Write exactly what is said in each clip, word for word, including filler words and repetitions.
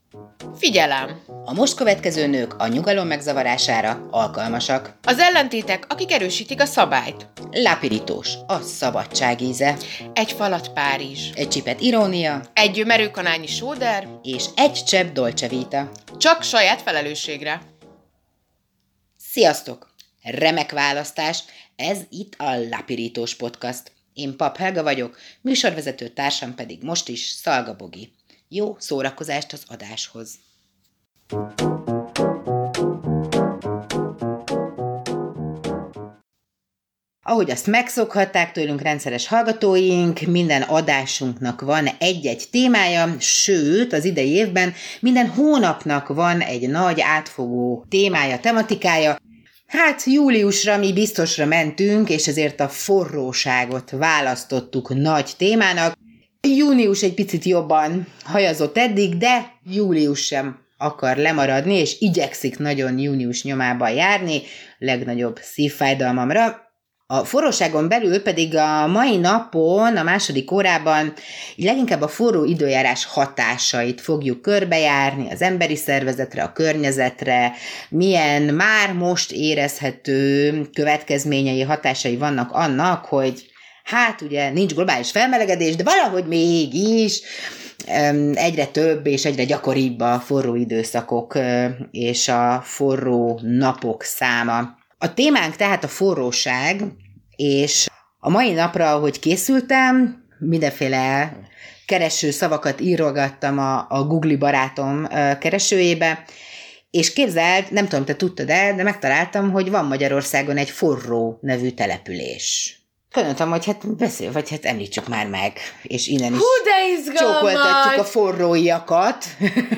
Figyelem! A most következő nők a nyugalom megzavarására alkalmasak. Az ellentétek, akik erősítik a szabályt. Lápirítós, a szabadság íze. Egy falat Párizs. Egy csipet irónia. Egy merőkanálnyi sóder. És egy csepp Dolce Vita. Csak saját felelősségre. Sziasztok! Remek választás, ez itt a Lápirítós Podcast. Én Pap Helga vagyok, műsorvezető társam pedig most is Szalga Bogi. Jó szórakozást az adáshoz! Ahogy azt megszokhatták tőlünk rendszeres hallgatóink, minden adásunknak van egy-egy témája, sőt, az idei évben minden hónapnak van egy nagy átfogó témája, tematikája. Hát júliusra mi biztosra mentünk, és ezért a forróságot választottuk nagy témának. Június egy picit jobban hajazott eddig, de július sem akar lemaradni, és igyekszik nagyon június nyomában járni, legnagyobb szívfájdalmamra. A forróságon belül pedig a mai napon, a második órában leginkább a forró időjárás hatásait fogjuk körbejárni az emberi szervezetre, a környezetre, milyen már most érezhető következményei, hatásai vannak annak, hogy hát ugye nincs globális felmelegedés, de valahogy mégis egyre több és egyre gyakoribb a forró időszakok és a forró napok száma. A témánk tehát a forróság, és a mai napra, ahogy készültem, mindenféle kereső szavakat írogattam a, a Google barátom keresőjébe, és képzeld, nem tudom, te tudtad-e, de megtaláltam, hogy van Magyarországon egy Forró nevű település. Gondoltam, hogy hát beszél, vagy hát említsük már meg, és innen is csókoltatjuk a forróiakat.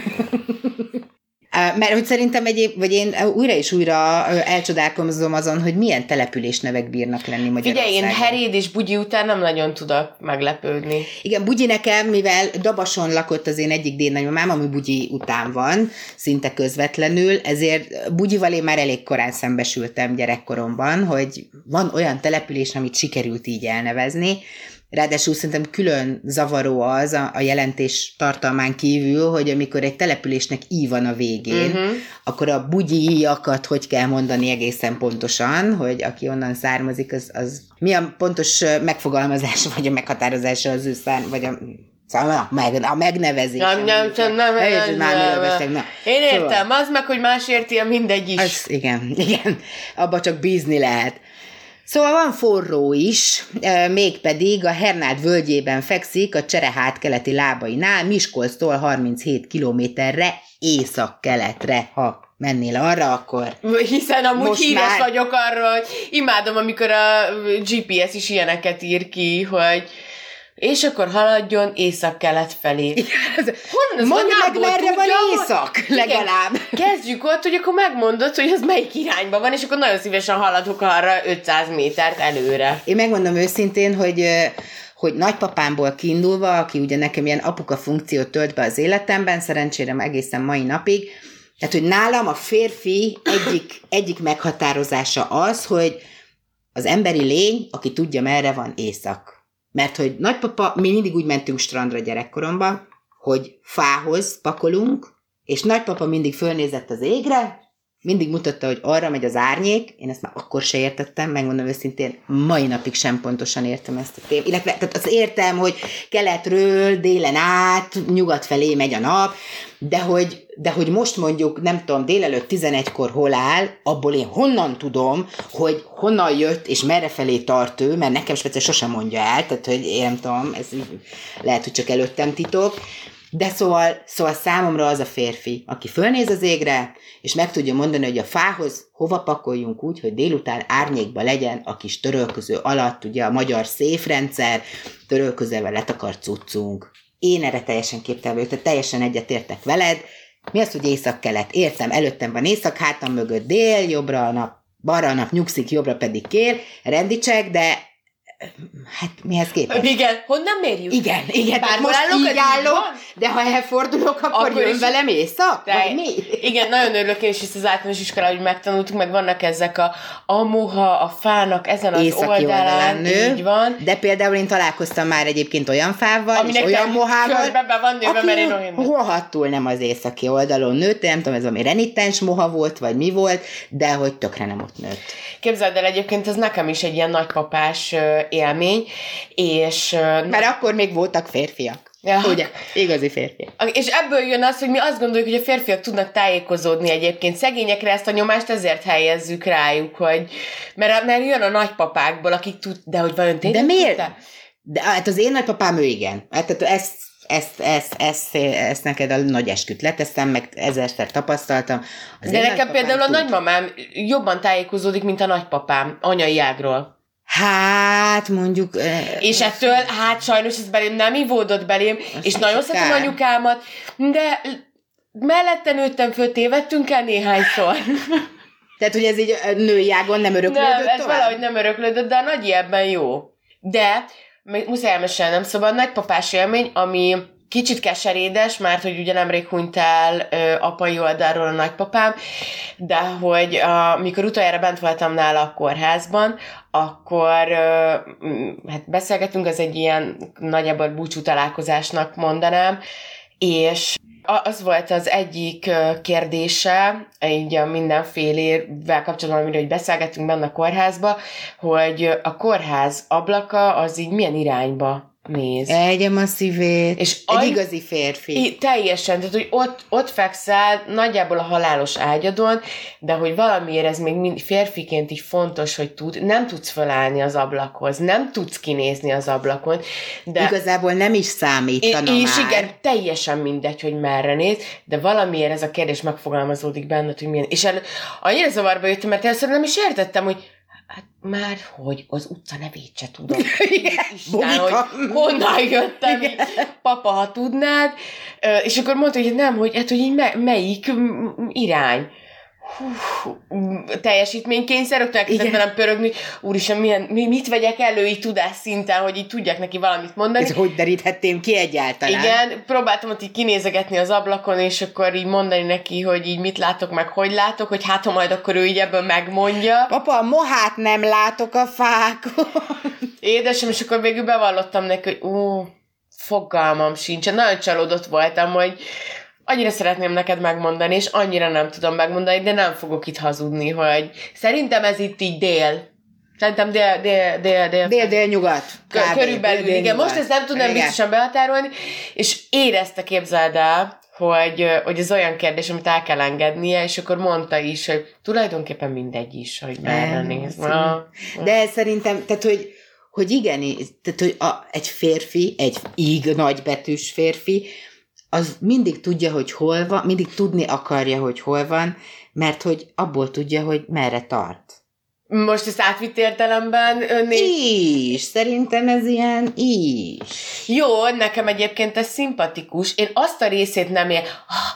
Mert hogy szerintem egyéb, vagy én újra és újra elcsodálkozom azon, hogy milyen településnevek bírnak lenni Magyarországon. Figyelj, én Heréd és Bugyi után nem nagyon tudok meglepődni. Igen, Bugyi nekem, mivel Dabason lakott az én egyik dédnagymamám, ami Bugyi után van, szinte közvetlenül, ezért Bugyival én már elég korán szembesültem gyerekkoromban, hogy van olyan település, amit sikerült így elnevezni. Ráadásul szerintem külön zavaró az a, a jelentés tartalmán kívül, hogy amikor egy településnek í van a végén, uh-huh. akkor a bugyiakat hogy kell mondani egészen pontosan, hogy aki onnan származik, az, az mi a pontos megfogalmazása, vagy a meghatározása az ő szám, vagy a... Szóval meg, a megnevezés. Nem, nem, nem, nem, nem, nem, nem. Én értem, szóval, az meg, hogy más érti, a mindegy is. Az, igen, igen, abba csak bízni lehet. Szóval van forró is, mégpedig a Hernád völgyében fekszik, a Cserehát keleti lábainál, Miskolctól harminchét kilométerre észak-keletre, ha mennél arra, akkor... Hiszen amúgy most híres már... vagyok arról, hogy imádom, amikor a gé pé es is ilyeneket ír ki, hogy és akkor haladjon észak-kelet felé. Honnan? Mondd meg, merre van észak, legalább. Igen. Kezdjük ott, hogy akkor megmondod, hogy az melyik irányban van, és akkor nagyon szívesen haladok arra ötszáz métert előre. Én megmondom őszintén, hogy... hogy nagypapámból kiindulva, aki ugye nekem ilyen apuka funkciót tölt be az életemben, szerencsére egészen mai napig, tehát, hogy nálam a férfi egyik, egyik meghatározása az, hogy az emberi lény, aki tudja, merre van észak. Mert hogy nagypapa, mi mindig úgy mentünk strandra gyerekkoromban, hogy fához pakolunk, és nagypapa mindig fölnézett az égre, mindig mutatta, hogy arra megy az árnyék, én ezt már akkor se értettem, megmondom őszintén, mai napig sem pontosan értem ezt a témát. Illetve tehát az értem, hogy keletről, délen át, nyugat felé megy a nap, de hogy, de hogy most mondjuk, nem tudom, délelőtt tizenegykor hol áll, abból én honnan tudom, hogy honnan jött, és merre felé tart ő, mert nekem speciál sosem mondja el, tehát hogy én nem tudom, ez lehet, hogy csak előttem titok, de szóval, szóval számomra az a férfi, aki fölnéz az égre, és meg tudja mondani, hogy a fához hova pakoljunk úgy, hogy délután árnyékba legyen a kis törölköző alatt, ugye a magyar széfrendszer, törölközővel letakart cuccunk. Én erre teljesen képtelen vagyok, tehát teljesen egyetértek veled. Mi az, hogy észak-kelet? Értem, előttem van észak, hátam mögött dél, jobbra a nap, balra a nap nyugszik, jobbra pedig kér, rendicsek, de hát mihez képest? Igen, honnan mérjük? Igen, igen, Bárhol most állok, így az állok, van? de ha elfordulok, akkor, Akkor jön is- velem észak? De- Vagy mi? Igen, nagyon örülök én is ezt az általános iskolában, hogy megtanultuk, meg vannak ezek a, a moha, a fának ezen az Északi oldalán, oldalán nő. így van. De például én találkoztam már egyébként olyan fával, Aminek és olyan te mohával, körbe be van nőve, mert én olyan- rohadtul nem az északi oldalon nőtt, nem tudom, ez valami renitens moha volt, vagy mi volt, de hogy tökre nem ott nőtt. Képzeld el, egyébként ez nekem is egy ilyen nagypapás ö, élmény, és... ö, Mert akkor még voltak férfiak. Ja. Ugye? Igazi férfiak. És ebből jön az, hogy mi azt gondoljuk, hogy a férfiak tudnak tájékozódni egyébként. Szegényekre ezt a nyomást ezért helyezzük rájuk, hogy... Mert, mert jön a nagypapákból, akik tud... De hogy vajon tényleg De miért? tudta? De hát az én nagypapám ő igen. Hát tehát ezt, ezt, ezt, ezt, ezt neked a nagy esküt leteszem, meg ezerszer tapasztaltam. Az De én nekem nagypapám például a tud. nagymamám jobban tájékozódik, mint a nagypapám anyai ágról. Hát mondjuk... És ettől, hát sajnos ez belém nem ivódott belém, Azt és nagyon csak szeretem kár. anyukámat, de mellette nőttem föl, tévedtünk el néhányszor. Tehát, hogy ez így női ágon nem öröklődött Nem, ez tovább? valahogy nem öröklődött, de a nagyi ebben jó. De, még muszáj elmesélnem, szóval nagypapás élmény, ami kicsit keserédes, mert hogy ugye nemrég hunyt el ö, apai oldalról a nagypapám, de hogy a, mikor utoljára bent voltam nála a kórházban, akkor ö, m, hát beszélgetünk, az egy ilyen nagyjából búcsú találkozásnak mondanám, és az volt az egyik ö, kérdése, így a mindenfélével kapcsolatban, amiről hogy beszélgettünk benne a kórházba, hogy a kórház ablaka az így milyen irányba néz. Egyem a szívét. És Egy any- igazi férfi. I, teljesen, tehát hogy ott, ott fekszel nagyjából a halálos ágyadon, de hogy valamiért ez még mind, férfiként is fontos, hogy tud, nem tudsz fölállni az ablakhoz, nem tudsz kinézni az ablakon, de... Igazából nem is számítana és már. igen, teljesen mindegy, hogy merre néz, de valamiért ez a kérdés megfogalmazódik benned, hogy milyen. És el, annyira zavarba jöttem, mert először nem is értettem, hogy hát már hogy az utca nevét se tudom. Isten, hogy honnan jöttem, így, papa, ha tudnád. Ö, És akkor mondta, hogy nem, hogy, hát, hogy így me- melyik mm, irány. Hú, teljesítménykényszer, rögtön elkezdett velem pörögni, úristen, milyen, mi, mit vegyek elő így tudás szinten, hogy így tudjak neki valamit mondani. Ez hogy deríthetném ki egyáltalán? Igen, próbáltam ott így kinézegetni az ablakon, és akkor így mondani neki, hogy így mit látok, meg hogy látok, hogy hát ha majd akkor ő így ebből megmondja. Papa, mohát nem látok a fákon. Édesem, és akkor végül bevallottam neki, hogy ó, fogalmam sincsen. Nagyon csalódott voltam, hogy annyira szeretném neked megmondani, és annyira nem tudom megmondani, de nem fogok itt hazudni, hogy szerintem ez itt így dél. Szerintem dél, dél, dél, dél. Dél-dél-nyugat. Kö- körülbelül, Dél-dél-nyugat. igen. Most ezt nem tudnám Igen. biztosan behatárolni, és érezte, képzeld el, hogy, hogy ez olyan kérdés, amit el kell engednie, és akkor mondta is, hogy tulajdonképpen mindegy is, hogy merre néz. Na. De szerintem, tehát, hogy, hogy igen, tehát, hogy a, egy férfi, egy íg nagybetűs férfi, az mindig tudja, hogy hol van, mindig tudni akarja, hogy hol van, mert hogy abból tudja, hogy merre tart. Most ezt átvitt értelemben néz... Is, szerintem ez ilyen is. Jó, nekem egyébként ez szimpatikus. Én azt a részét nem ér...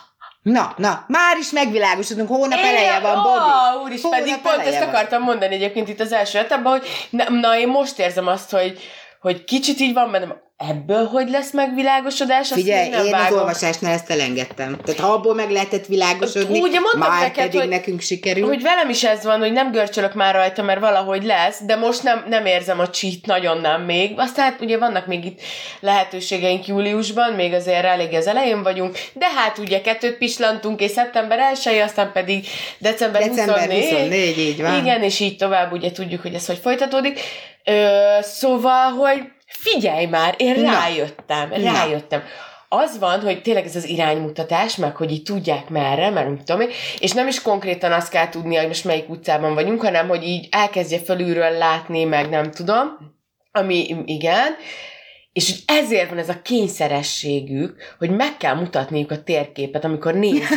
Na, na, már is megvilágosodunk, hónap eleje van, Ó, Bobby. úris, Hónap pedig pont eleje ezt van. akartam mondani egyébként itt az első etapban, hogy na, na én most érzem azt, hogy, hogy kicsit így van bennem, ebből hogy lesz megvilágosodás, azt Figyelj, még nem én az vágom. olvasásnál ezt elengedtem. Tehát ha abból meg lehetett világosodni, Ugye mondtam már neked, pedig hogy- nekünk sikerül. Hogy velem is ez van, hogy nem görcsölök már rajta, mert valahogy lesz, de most nem, nem érzem a cheat, nagyon nem még. Aztán hát ugye vannak még itt lehetőségeink júliusban, még azért elég az elején vagyunk, de hát ugye kettőt pislantunk, és szeptember elsejé, aztán pedig december, December huszonnégy. huszonnégy, így van. Igen, és így tovább ugye tudjuk, hogy ez hogy folytatódik. Ö, szóval, hogy figyelj már, én Na. rájöttem, Na. rájöttem. Az van, hogy tényleg ez az iránymutatás, meg hogy így tudják merre, mert nem tudom én, és nem is konkrétan azt kell tudnia, hogy most melyik utcában vagyunk, hanem hogy így elkezdje fölülről látni, meg nem tudom, ami igen, és hogy ezért van ez a kényszerességük, hogy meg kell mutatniuk a térképet, amikor nézik,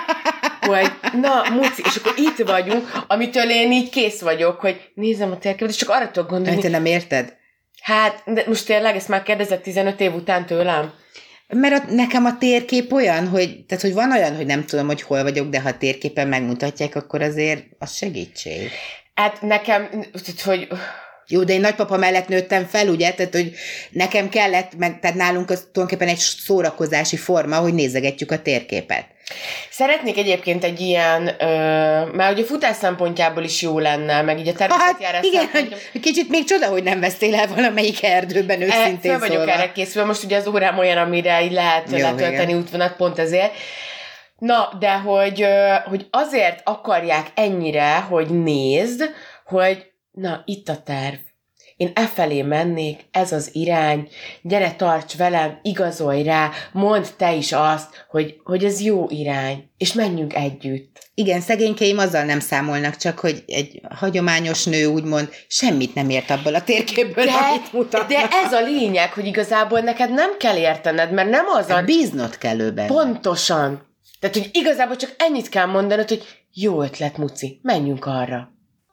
hogy na, Muci, és akkor itt vagyunk, amitől én így kész vagyok, hogy nézem a térképet, és csak arra tudok gondolni, Te nem érted? hát, de most tényleg ezt már kérdezett tizenöt év után tőlem? Mert a, nekem a térkép olyan, hogy, tehát, hogy van olyan, hogy nem tudom, hogy hol vagyok, de ha a térképen megmutatják, akkor azért az segítség. Hát nekem, hogy Jó, de én nagypapa mellett nőttem fel, ugye, tehát, hogy nekem kellett, meg, tehát nálunk az tulajdonképpen egy szórakozási forma, hogy nézegetjük a térképet. Szeretnék egyébként egy ilyen, ö, mert ugye a futás szempontjából is jó lenne, meg így a természetjárás hát, igen, hogy kicsit még csoda, hogy nem vesztél el valamelyik erdőben őszintén e, vagyok erre készülve, most ugye az órám olyan, amire így lehet jó, letölteni igen. útvonat, pont ezért. Na, de hogy, hogy azért akarják ennyire, hogy nézd, hogy na, itt a terv. Én e felé mennék, ez az irány, gyere, tarts velem, igazolj rá, mondd te is azt, hogy, hogy ez jó irány, és menjünk együtt. Igen, szegénykeim azzal nem számolnak, csak hogy egy hagyományos nő úgymond semmit nem ért abból a térképből, de, amit mutatnak. De ez a lényeg, hogy igazából neked nem kell értened, mert nem az a... Bíznod kell őben. Pontosan. Tehát, hogy igazából csak ennyit kell mondanod, hogy jó ötlet, Muci, menjünk arra.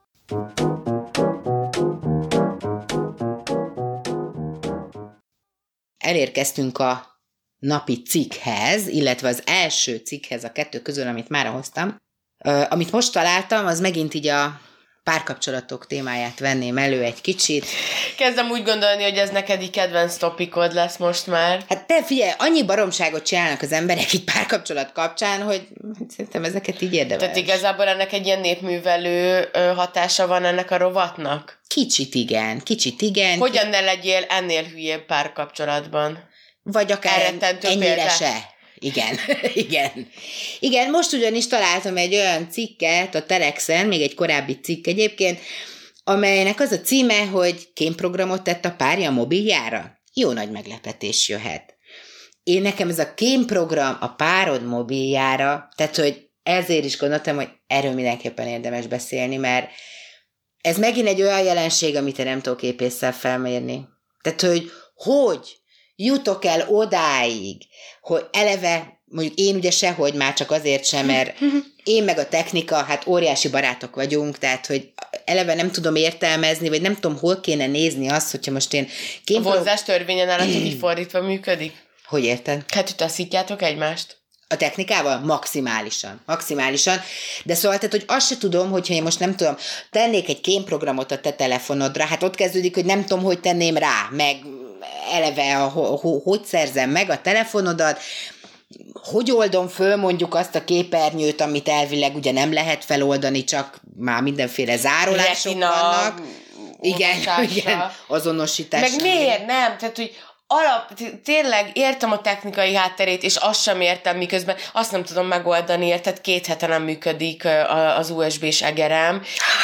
Elérkeztünk a napi cikkhez, illetve az első cikkhez a kettő közül, amit már hoztam. Uh, amit most találtam, az megint így a párkapcsolatok témáját venném elő egy kicsit. Kezdem úgy gondolni, hogy ez neked így kedvenc topikod lesz most már. Hát te figyelj, annyi baromságot csinálnak az emberek így párkapcsolat kapcsán, hogy szerintem ezeket így érdemes. Tehát igazából ennek egy ilyen népművelő hatása van ennek a rovatnak? Kicsit igen, kicsit igen. Hogyan ne legyél ennél hülyébb párkapcsolatban? Vagy akár ennyire se. Igen, igen. Igen, most ugyanis találtam egy olyan cikket a Telexen, még egy korábbi cikk egyébként, amelynek az a címe, hogy kémprogramot tett a párja mobiljára. Jó nagy meglepetés jöhet. Én nekem ez a kémprogram a párod mobiljára, tehát, hogy ezért is gondoltam, hogy erről mindenképpen érdemes beszélni, mert ez megint egy olyan jelenség, amit én nem tudok épésszel felmérni. Tehát, hogy hogy jutok el odáig, hogy eleve, mondjuk én ugye sehogy már csak azért sem, mert én meg a technika, hát óriási barátok vagyunk, tehát, hogy eleve nem tudom értelmezni, vagy nem tudom, hol kéne nézni azt, hogyha most én... Kémpro... A vonzás törvényen állatok így fordítva működik? Hogy érted? Hát, hogy taszítjátok egymást? A technikával? Maximálisan. Maximálisan. De szóval, tehát, hogy azt se tudom, hogyha én most nem tudom, tennék egy kémprogramot a te telefonodra, hát ott kezdődik, hogy nem tudom, hogy tenném rá, meg eleve, a, ho, hogy szerzem meg a telefonodat, hogy oldom föl mondjuk azt a képernyőt, amit elvileg ugye nem lehet feloldani, csak már mindenféle zárolások Retina, vannak. Igen, igen, azonosítás. Meg miért nem? Tehát, hogy alap, tényleg értem a technikai hátterét, és azt sem értem, miközben azt nem tudom megoldani, érted? Két hete nem működik az u es bé-s egerem.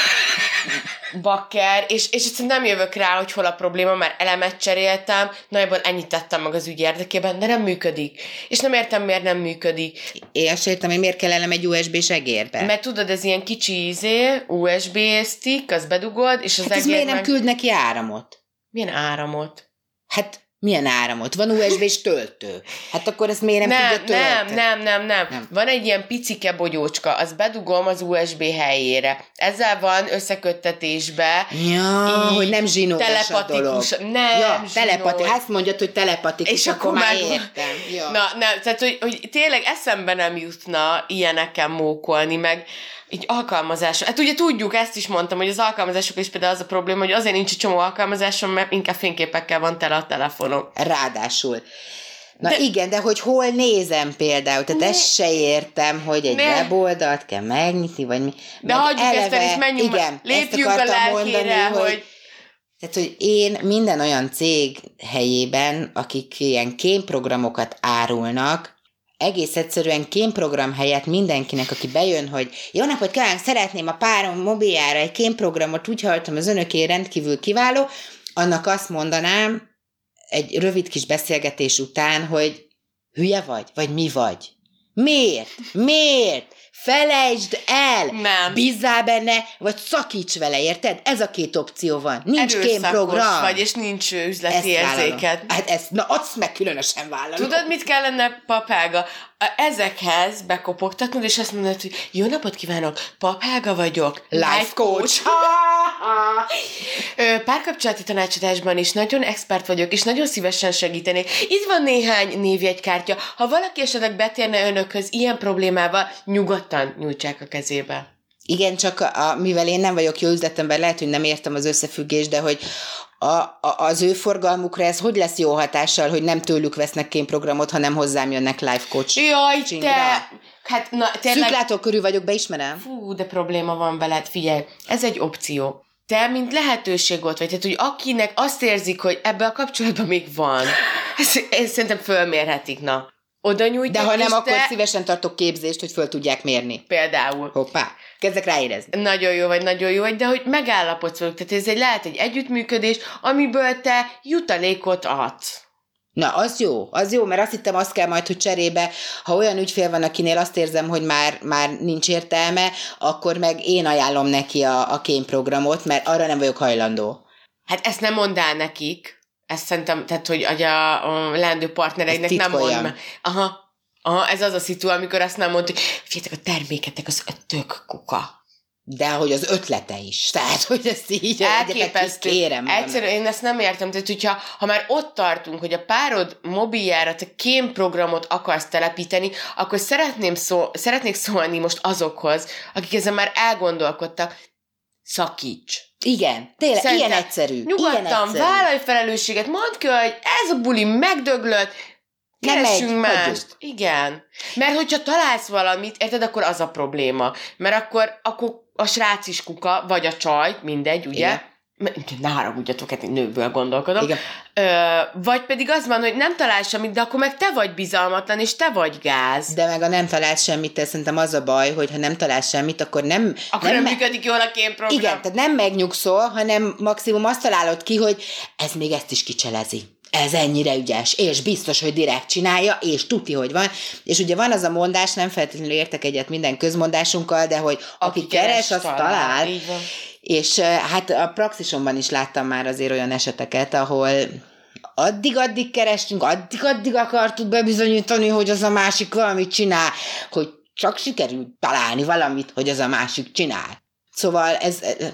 Bakker, és, és egyszerűen nem jövök rá, hogy hol a probléma, mert elemet cseréltem, nagyjából ennyit tettem meg az ügy érdekében, de nem működik. És nem értem, miért nem működik. Én azt értem, hogy miért kell elem egy u es bé-s egérbe. Mert tudod, ez ilyen kicsi izé, u es bé stick, az bedugod, és az hát ez miért nem meg... küld neki áramot? Milyen áramot? Hát milyen áramot? Van u es bé-s töltő. Hát akkor ezt miért nem, nem tudja tölteni? Nem, nem, nem, nem, nem. Van egy ilyen picike bogyócska, azt bedugom az u es bé helyére. Ezzel van összeköttetésbe. Ja, hogy nem zsinóros a dolog. Nem, ja, telepati. Hát mondjad, hogy telepatikus, és akkor, akkor már értem. Ja. Na, nem, tehát, hogy, hogy tényleg eszembe nem jutna ilyeneken mókolni, meg így alkalmazások. Hát ugye tudjuk, ezt is mondtam, hogy az alkalmazások is például az a probléma, hogy azért nincs egy csomó alkalmazásom, mert inkább fényképekkel van tele a telefonom. Ráadásul. Na de, igen, de hogy hol nézem például, tehát ne, ezt se értem, hogy egy ne, weboldalt kell megnyitni, vagy mi. De hagyjuk eleve, ezt el, és menjünk, igen, lépjünk a lelkére, mondani, hogy... hogy... Tehát, hogy én minden olyan cég helyében, akik ilyen kémprogramokat árulnak, egész egyszerűen kémprogram helyett mindenkinek, aki bejön, hogy jó napot kívánok, szeretném a párom mobiljára egy kémprogramot, úgy hallottam, az önöké rendkívül kiváló, annak azt mondanám egy rövid kis beszélgetés után, hogy hülye vagy, vagy mi vagy? Miért? Miért? Felejtsd el! Nem. Bízzál benne, vagy szakíts vele, érted? Ez a két opció van. Nincs kémprogram. Vagy, és nincs üzleti ezt érzéked. Hát ezt, na azt meg különösen vállalom. Tudod, mit kellene, papága? Ezekhez bekopogtatnod, és azt mondod, hogy jó napot kívánok, papága vagyok. Life coach. Párkapcsolati tanácsadásban is nagyon expert vagyok, és nagyon szívesen segítenék. Itt van néhány névjegykártya. Ha valaki esetleg betérne önökhöz ilyen problémával, nyugodtan nyújtsák a kezébe. Igen, csak a, mivel én nem vagyok jó üzletember, lehet, hogy nem értem az összefüggést, de hogy a, a, az ő forgalmukra ez hogy lesz jó hatással, hogy nem tőlük vesznek kémprogramot, hanem hozzám jönnek life coach. Jaj, csingra. te! Hát, na, tényleg... Szűklátókörű vagyok, beismerem. Fú, de probléma van veled, figyelj, ez egy opció. Te, mint lehetőség ott vagy, tehát, hogy akinek azt érzik, hogy ebbe a kapcsolatban még van, ezt, ezt szerintem fölmérhetik, na. Oda nyújtják, de ha nem, te... akkor szívesen tartok képzést, hogy föl tudják mérni. Például. Hoppá, kezdek ráérezni. Nagyon jó vagy, nagyon jó vagy, de hogy megállapodsz velük, tehát ez egy, lehet egy együttműködés, amiből te jutalékot adsz. Na, az jó, az jó, mert azt hittem, azt kell majd, hogy cserébe, ha olyan ügyfél van, akinél azt érzem, hogy már, már nincs értelme, akkor meg én ajánlom neki a, a kémprogramot, mert arra nem vagyok hajlandó. Hát ezt nem mondd el nekik, ezt szerintem, tehát, hogy a, a leendő partnereidnek nem mondd. Aha, aha, ez az a szitu, amikor azt nem mondtuk, figyeljetek, a terméketek az tök kuka. De hogy az ötlete is. Tehát, hogy ezt így elképesztő. Kérem. Egyszerűen én ezt nem értem. Tehát, hogyha ha már ott tartunk, hogy a párod mobiljára te kémprogramot akarsz telepíteni, akkor szeretném szó, szeretnék szólni most azokhoz, akik ezen már elgondolkodtak, szakíts. Igen, tényleg, Szerintem ilyen egyszerű. Nyugodtan ilyen egyszerű. vállalj felelősséget, mondd ki, hogy ez a buli megdöglött, keressünk mást. Hagyjuk. Igen. Mert hogyha találsz valamit, érted, akkor az a probléma. Mert akkor, akkor a srác is kuka, vagy a csaj, mindegy, ugye? Igen. Ne haragudjatok, hát én nőből gondolkodom. Igen. Ö, vagy pedig az van, hogy nem találsz semmit, de akkor meg te vagy bizalmatlan, és te vagy gáz. De meg a nem találsz semmit, te szerintem az a baj, hogy ha nem találsz semmit, akkor nem... Akkor nem, nem me- működik jól a kémprogram. Igen, tehát nem megnyugszol, hanem maximum azt találod ki, hogy ez még ezt is kicselezi. Ez ennyire ügyes, és biztos, hogy direkt csinálja, és tuti, hogy van. És ugye van az a mondás, nem feltétlenül értek egyet minden közmondásunkkal, de hogy aki, aki keres, keres, az talál. talál. És hát a praxisomban is láttam már azért olyan eseteket, ahol addig-addig kerestünk, addig-addig akartuk bebizonyítani, hogy az a másik valamit csinál, hogy csak sikerült találni valamit, hogy az a másik csinál. Szóval ez,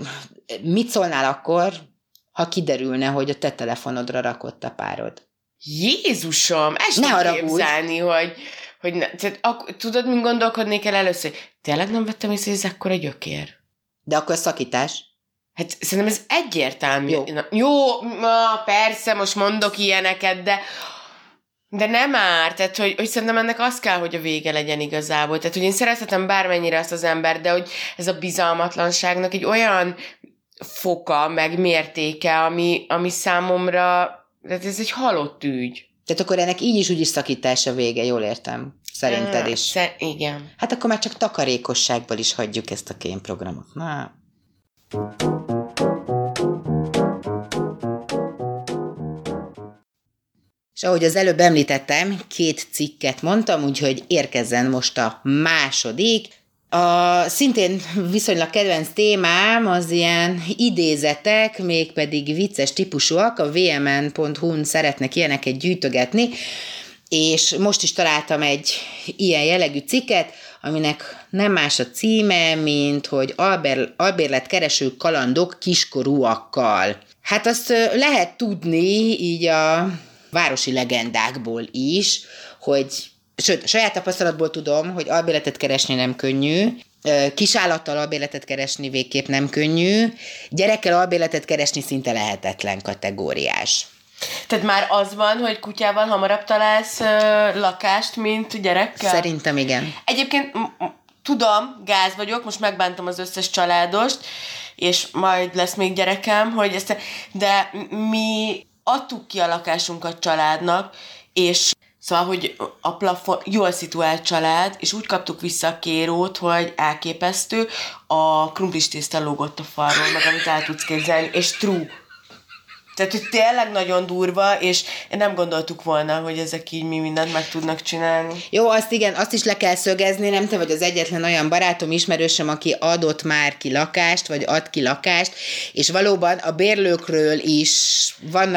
mit szólnál akkor, ha kiderülne, hogy a te telefonodra rakott a párod? Jézusom! Ezt ne haragudj! Képzelni, hogy, hogy ne, tehát, ak- tudod, mint gondolkodnék el először? Tényleg nem vettem észre, hogy ez akkor egy gyökér. De akkor szakítás? Hát szerintem ez egyértelmű. Jó. Na, jó, na, persze, most mondok ilyeneket, de de nem már, tehát hogy, hogy szerintem ennek az kell, hogy a vége legyen igazából. Tehát, hogy én szerethetem bármennyire ezt az ember, de hogy ez a bizalmatlanságnak egy olyan foka, meg mértéke, ami, ami számomra, tehát ez egy halott ügy. Tehát akkor ennek így is úgy is szakítás a vége, jól értem. Szerinted is. Szer- igen. Hát akkor már csak takarékosságból is hagyjuk ezt a kémprogramot. Na. És ahogy az előbb említettem, két cikket mondtam, úgyhogy érkezzen most a második. A szintén viszonylag kedvenc témám az ilyen idézetek, mégpedig vicces típusúak, a vé em en pont hu-n szeretnek ilyeneket gyűjtögetni, és most is találtam egy ilyen jellegű cikket, aminek nem más a címe, mint hogy albér, albérletkereső kalandok kiskorúakkal. Hát azt lehet tudni így a városi legendákból is, hogy sőt, a saját tapasztalatból tudom, hogy albérletet keresni nem könnyű, kisállattal albérletet keresni végképp nem könnyű, gyerekkel albérletet keresni szinte lehetetlen kategóriás. Tehát már az van, hogy kutyával hamarabb találsz uh, lakást, mint gyerekkel? Szerintem igen. Egyébként m- m- tudom, gáz vagyok, most megbántam az összes családost, és majd lesz még gyerekem, hogy ezt, de mi adtuk ki a lakásunkat családnak, és szóval, hogy a plafon jól szituált család, és úgy kaptuk vissza a kérót, hogy elképesztő, a krumplis tészta lógott a falról, meg amit el tudsz képzelni, és true. Tehát, hogy tényleg nagyon durva, és nem gondoltuk volna, hogy ezek így mi mindent meg tudnak csinálni. Jó, azt igen, azt is le kell szögezni, nem te vagy az egyetlen olyan barátom, ismerősöm, aki adott már ki lakást, vagy ad ki lakást, és valóban a bérlőkről is vannak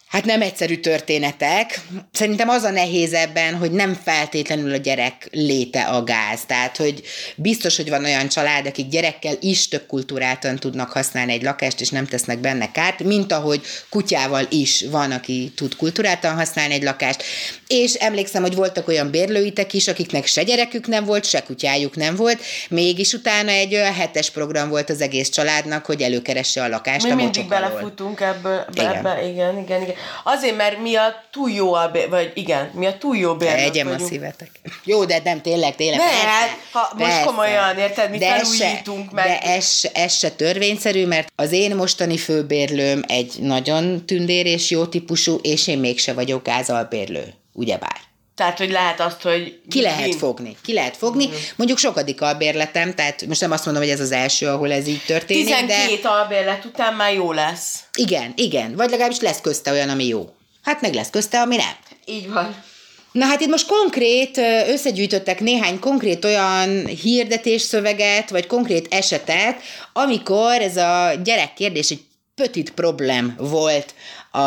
Hát nem egyszerű történetek. Szerintem az a nehéz ebben, hogy nem feltétlenül a gyerek léte a gáz. Tehát, hogy biztos, hogy van olyan család, akik gyerekkel is tök kultúráltan tudnak használni egy lakást, és nem tesznek benne kárt, mint ahogy kutyával is van, aki tud kultúráltan használni egy lakást. És emlékszem, hogy voltak olyan bérlőitek is, akiknek se gyerekük nem volt, se kutyájuk nem volt, mégis utána egy olyan hetes program volt az egész családnak, hogy előkeresse a lakást mi a mindig mocsok alól. belefutunk ebből, Igen. ebbe, igen, igen, igen. Azért, mert mi a túl jó, a bér, vagy igen, mi a túl jó bérlők Egyem a vagyunk. szívetek. Jó, de nem, tényleg, tényleg. Ne, persze, ha most persze. komolyan, érted, mi de felújítunk se, meg. De ez, se- ez se törvényszerű, mert az én mostani főbérlőm egy nagyon tündér és jó típusú, és én mégse vagyok gázalbérlő, ugyebár. Tehát, hogy lehet azt, hogy... Ki lehet Mind. fogni, ki lehet fogni. Mm. Mondjuk sokadik albérletem, tehát most nem azt mondom, hogy ez az első, ahol ez így történik, tizenkét de... albérlet után már jó lesz. Igen, igen, vagy legalábbis lesz közte olyan, ami jó. Hát meg lesz közte, ami nem. Így van. Na hát itt most konkrét, összegyűjtöttek néhány konkrét olyan hirdetésszöveget, vagy konkrét esetet, amikor ez a gyerekkérdés egy petit problém volt a,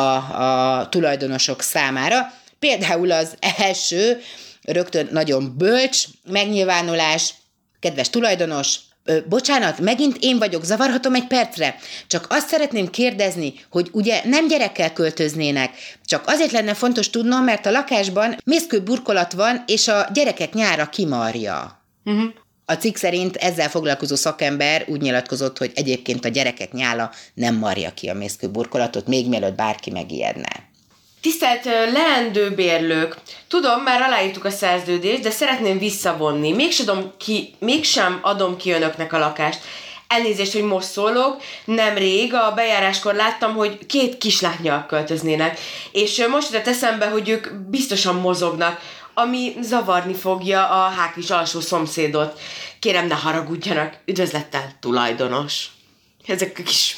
a tulajdonosok számára. Például az első, rögtön nagyon bölcs megnyilvánulás, kedves tulajdonos, Ö, bocsánat, megint én vagyok, zavarhatom egy percre? Csak azt szeretném kérdezni, hogy ugye nem gyerekkel költöznének, csak azért lenne fontos tudnom, mert a lakásban mészkő burkolat van, és a gyerekek nyára kimarja. Uh-huh. A cikk szerint ezzel foglalkozó szakember úgy nyilatkozott, hogy egyébként a gyerekek nyála nem marja ki a mészkő burkolatot, még mielőtt bárki megijedne. Tisztelt ö, leendő bérlők, tudom, már aláírtuk a szerződést, de szeretném visszavonni. Mégsem adom ki, mégsem adom ki önöknek a lakást. Elnézést, hogy most szólok, nemrég a bejáráskor láttam, hogy két kislányjal költöznének, és ö, most jutott eszembe, hogy ők biztosan mozognak, ami zavarni fogja a háklis alsó szomszédot. Kérem, ne haragudjanak, üdvözlettel, tulajdonos. Ezek a kis...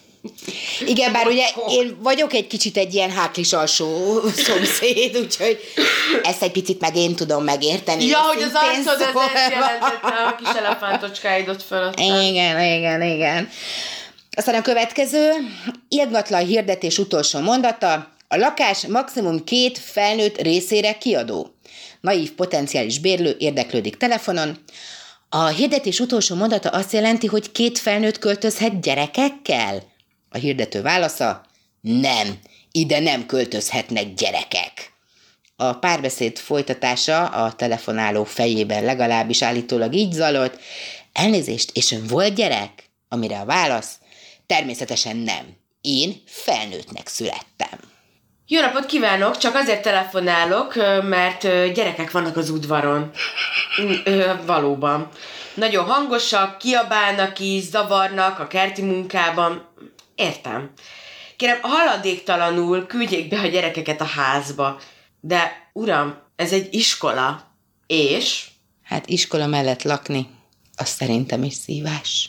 Igen, bár ugye én vagyok egy kicsit egy ilyen háklis alsó szomszéd, úgyhogy ezt egy picit meg én tudom megérteni. Ja, hogy az Szintén arcod szóval. ezzel jelentette a kis elefántocskáidot fölött. Igen, igen, igen. Aztán a következő, irgatlan hirdetés utolsó mondata, a lakás maximum két felnőtt részére kiadó. Naív potenciális bérlő érdeklődik telefonon. A hirdetés utolsó mondata azt jelenti, hogy két felnőtt költözhet gyerekekkel? A hirdető válasza, nem, ide nem költözhetnek gyerekek. A párbeszéd folytatása a telefonáló fejében legalábbis állítólag így zajlott, elnézést, és ön volt gyerek? Amire a válasz, természetesen nem, én felnőttnek születtem. Jó napot kívánok, csak azért telefonálok, mert gyerekek vannak az udvaron. Valóban. Nagyon hangosak, kiabálnak is, zavarnak a kerti munkában. Értem. Kérem, haladéktalanul küldjék be a gyerekeket a házba. De, uram, ez egy iskola. És? Hát iskola mellett lakni, az szerintem is szívás.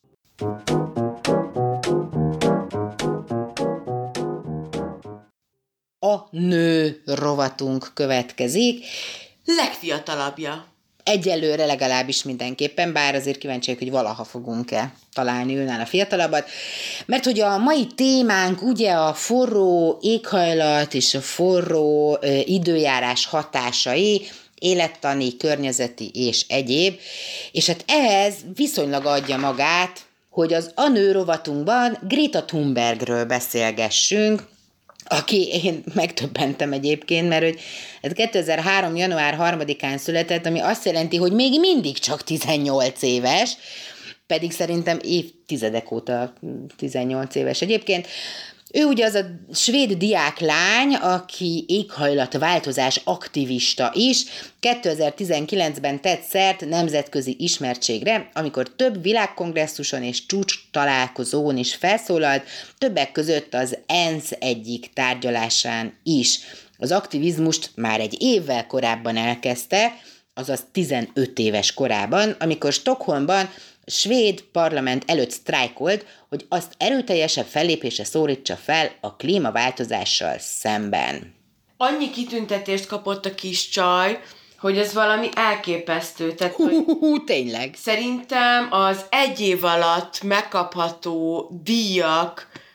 A nő rovatunk következik. Legfiatalabbja. Egyelőre legalábbis mindenképpen, bár azért kíváncsiak, hogy valaha fogunk-e találni őnál a fiatalabbat. Mert hogy a mai témánk ugye a forró éghajlat és a forró ö, időjárás hatásai, élettani, környezeti és egyéb, és hát ehhez viszonylag adja magát, hogy az A nő rovatunkban Greta Thunbergről beszélgessünk, aki én megtöbbentem egyébként, mert hogy ez kétezer-három. január harmadikán született, ami azt jelenti, hogy még mindig csak tizennyolc éves, pedig szerintem évtizedek óta tizennyolc éves egyébként. Ő ugye az a svéd diáklány, aki éghajlatváltozás aktivista is, kétezer-tizenkilencben tett szert nemzetközi ismertségre, amikor több világkongresszuson és csúcs találkozón is felszólalt, többek között az ENSZ egyik tárgyalásán is. Az aktivizmust már egy évvel korábban elkezdte, azaz tizenöt éves korában, amikor Stockholmban a svéd parlament előtt sztrájkolt, hogy azt erőteljesebb fellépésre szólítsa fel a klímaváltozással szemben. Annyi kitüntetést kapott a kis csaj, hogy ez valami elképesztő. Tehát, hogy Hú, tényleg. szerintem az egy év alatt megkapható díjak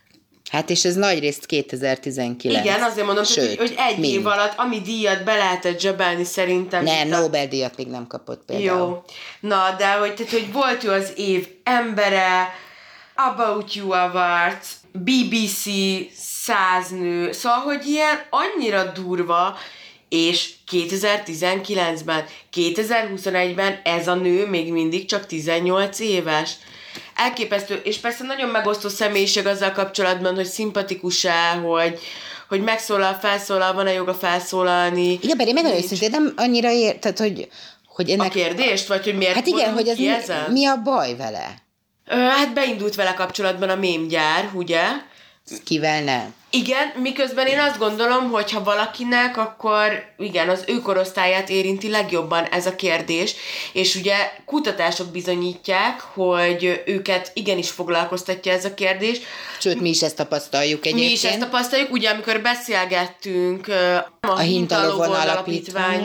Hát és ez nagyrészt kétezer-tizenkilenc. Igen, azért mondom, Sőt, hogy, hogy egy mind. év alatt, ami díjat be lehetett zsebelni szerintem. Ne, Nobel-díjat még nem kapott például. Jó. Na, de hogy, tehát, hogy volt ő az év embere, About You Awards, bé bé cé, száz nő, szóval, hogy ilyen annyira durva, és kétezer-tizenkilencben, kétezer-huszonegyben ez a nő még mindig csak tizennyolc éves. Elképesztő, és persze nagyon megosztó személyiség azzal kapcsolatban, hogy szimpatikus-e, hogy, hogy megszólal, felszólal, van-e joga felszólalni. Igen, pedig meg őszintén nem annyira ér, tehát, hogy, hogy ennek... A kérdést? Vagy hogy miért hát igen, hogy ez mi, mi a baj vele? Ö, hát beindult vele kapcsolatban a mémgyár, ugye? Kivel nem? Igen, miközben én azt gondolom, hogy ha valakinek, akkor igen, az ő korosztályát érinti legjobban ez a kérdés, és ugye kutatások bizonyítják, hogy őket igenis foglalkoztatja ez a kérdés. Sőt, mi is ezt tapasztaljuk egyébként. Mi is ezt tapasztaljuk, ugye amikor beszélgettünk a, a Hintalovon alapítvány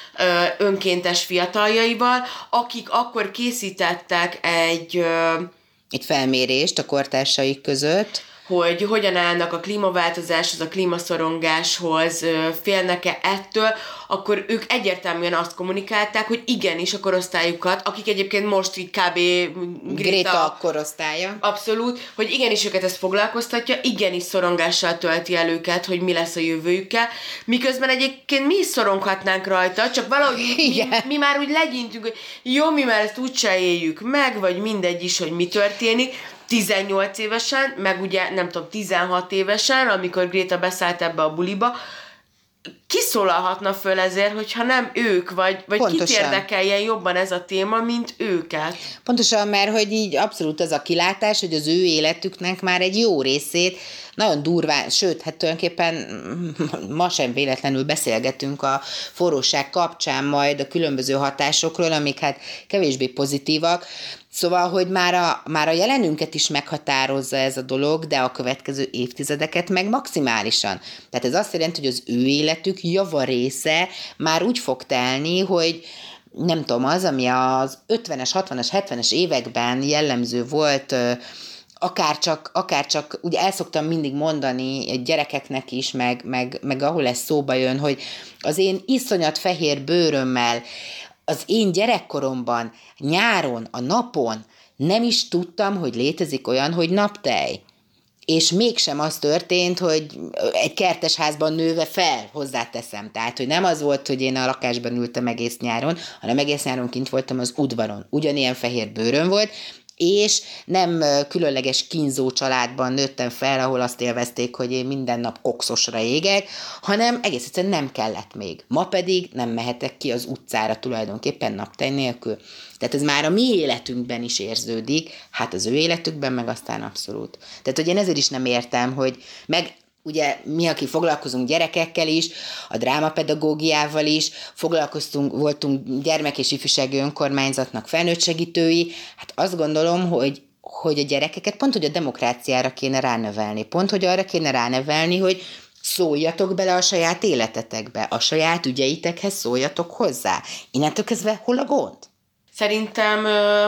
önkéntes fiataljaival, akik akkor készítettek egy... egy felmérést a kortársaik között, hogy hogyan állnak a klímaváltozáshoz, a klímaszorongáshoz, félnek-e ettől, akkor ők egyértelműen azt kommunikálták, hogy igenis a korosztályukat, akik egyébként most így kb. Greta, Greta korosztálya. Abszolút, hogy igenis őket ezt foglalkoztatja, igenis szorongással tölti el őket, hogy mi lesz a jövőjükkel, miközben egyébként mi is szoronghatnánk rajta, csak valahogy mi, mi már úgy legyintünk, hogy jó, mi már ezt úgyse éljük meg, vagy mindegy is, hogy mi történik, tizennyolc évesen, meg ugye nem tudom, tizenhat évesen, amikor Greta beszállt ebbe a buliba, kiszólalhatna föl ezért, hogyha nem ők, vagy, vagy kit érdekeljen jobban ez a téma, mint őket. Pontosan, mert hogy így abszolút az a kilátás, hogy az ő életüknek már egy jó részét nagyon durván, sőt, hát tulajdonképpen ma sem véletlenül beszélgetünk a forróság kapcsán majd a különböző hatásokról, amik hát kevésbé pozitívak. Szóval, hogy már a, már a jelenünket is meghatározza ez a dolog, de a következő évtizedeket meg maximálisan. Tehát ez azt jelenti, hogy az ő életük javarésze már úgy fog telni, hogy nem tudom, az, ami az ötvenes, hatvanas, hetvenes években jellemző volt, akár csak, akár csak, ugye el szoktam mindig mondani gyerekeknek is, meg, meg, meg ahol ez szóba jön, hogy az én iszonyat fehér bőrömmel az én gyerekkoromban, nyáron, a napon nem is tudtam, hogy létezik olyan, hogy naptej. És mégsem az történt, hogy egy kertesházban nőve fel, hozzáteszem. Tehát, hogy nem az volt, hogy én a lakásban ültem egész nyáron, hanem egész nyáron kint voltam az udvaron. Ugyanilyen fehér bőröm volt, és nem különleges kínzó családban nőttem fel, ahol azt élvezték, hogy én minden nap kokszosra égek, hanem egész egyszerűen nem kellett még. Ma pedig nem mehetek ki az utcára tulajdonképpen naptej nélkül. Tehát ez már a mi életünkben is érződik, hát az ő életükben meg aztán abszolút. Tehát, hogy én ezért is nem értem, hogy meg ugye mi, aki foglalkozunk gyerekekkel is, a drámapedagógiával is, foglalkoztunk, voltunk gyermek- és ifjúsági önkormányzatnak felnőttsegítői, hát azt gondolom, hogy, hogy a gyerekeket pont, hogy a demokráciára kéne ránevelni, pont, hogy arra kéne ránevelni, hogy szóljatok bele a saját életetekbe, a saját ügyeitekhez szóljatok hozzá. Innentől kezdve hol a gond? Szerintem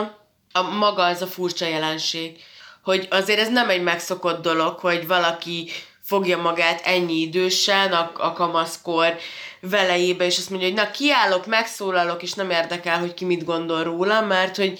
a maga az a furcsa jelenség, hogy azért ez nem egy megszokott dolog, hogy valaki fogja magát ennyi idősen, a, a kamaszkor velejébe, és azt mondja, hogy na, kiállok, megszólalok, és nem érdekel, hogy ki mit gondol róla, mert hogy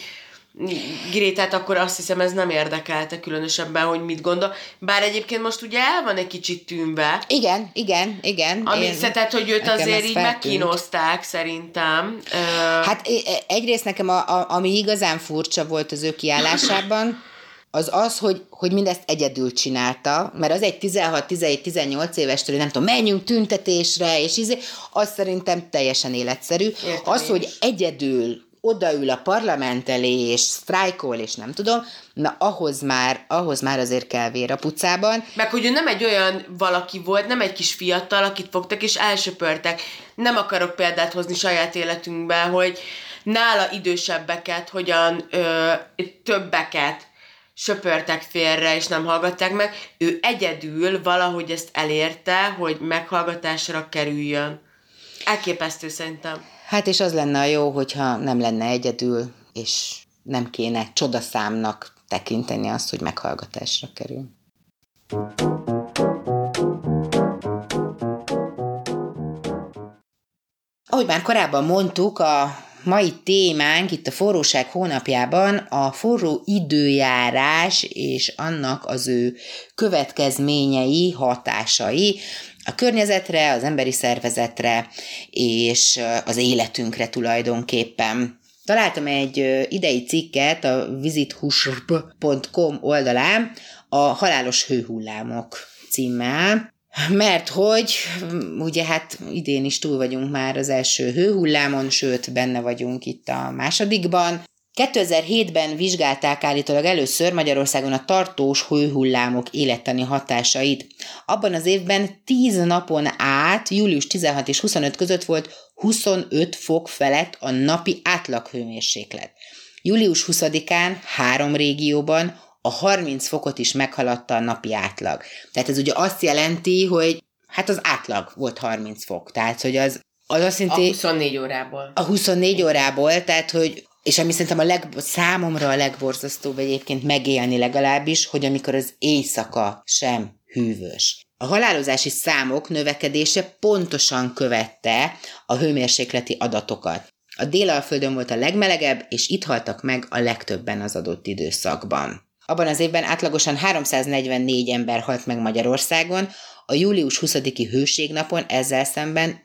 Grétát akkor azt hiszem, ez nem érdekelte különösebben, hogy mit gondol. Bár egyébként most ugye el van egy kicsit tűnve. Igen, igen, igen. Ami tehát, hogy őt azért így megkínozták, szerintem. Hát egyrészt nekem, a, a, ami igazán furcsa volt az ő kiállásában, az az, hogy, hogy mindezt egyedül csinálta, mert az egy tizenhat, tizenhét, tizennyolc évestől, nem tudom, menjünk tüntetésre, és izé, az szerintem teljesen életszerű. Értem az, hogy egyedül odaül a parlament elé, és sztrájkol, és nem tudom, na ahhoz már, ahhoz már azért kell vér a pucában. Meg hogy ő nem egy olyan valaki volt, nem egy kis fiatal, akit fogtak és elsöpörtek. Nem akarok példát hozni saját életünkben, hogy nála idősebbeket, hogyan ö, többeket söpörtek félre, és nem hallgatták meg. Ő egyedül valahogy ezt elérte, hogy meghallgatásra kerüljön. Elképesztő szerintem. Hát és az lenne a jó, hogyha nem lenne egyedül, és nem kéne csodaszámnak tekinteni azt, hogy meghallgatásra kerül. Ahogy már korábban mondtuk, a mai témánk itt a forróság hónapjában a forró időjárás és annak az ő következményei, hatásai a környezetre, az emberi szervezetre és az életünkre tulajdonképpen. Találtam egy idei cikket a visithusrb pont com oldalán a halálos hőhullámok címmel, mert hogy ugye hát idén is túl vagyunk már az első hőhullámon, sőt benne vagyunk itt a másodikban. kétezer-hétben vizsgálták állítólag először Magyarországon a tartós hőhullámok élettani hatásait. Abban az évben tíz napon át, július tizenhat és huszonöt között volt huszonöt fok felett a napi átlaghőmérséklet. július huszadikán három régióban a harminc fokot is meghaladta a napi átlag. Tehát ez ugye azt jelenti, hogy hát az átlag volt harminc fok. Tehát, hogy az, az azt jelenti... A huszonnégy órából. A huszonnégy órából, tehát, hogy és ami szerintem a leg, számomra a legborzasztóbb egyébként megélni legalábbis, hogy amikor az éjszaka sem hűvös. A halálozási számok növekedése pontosan követte a hőmérsékleti adatokat. A Dél-Alföldön volt a legmelegebb, és itt haltak meg a legtöbben az adott időszakban. Abban az évben átlagosan háromszáznegyvennégy ember halt meg Magyarországon, a július huszadiki hőségnapon ezzel szemben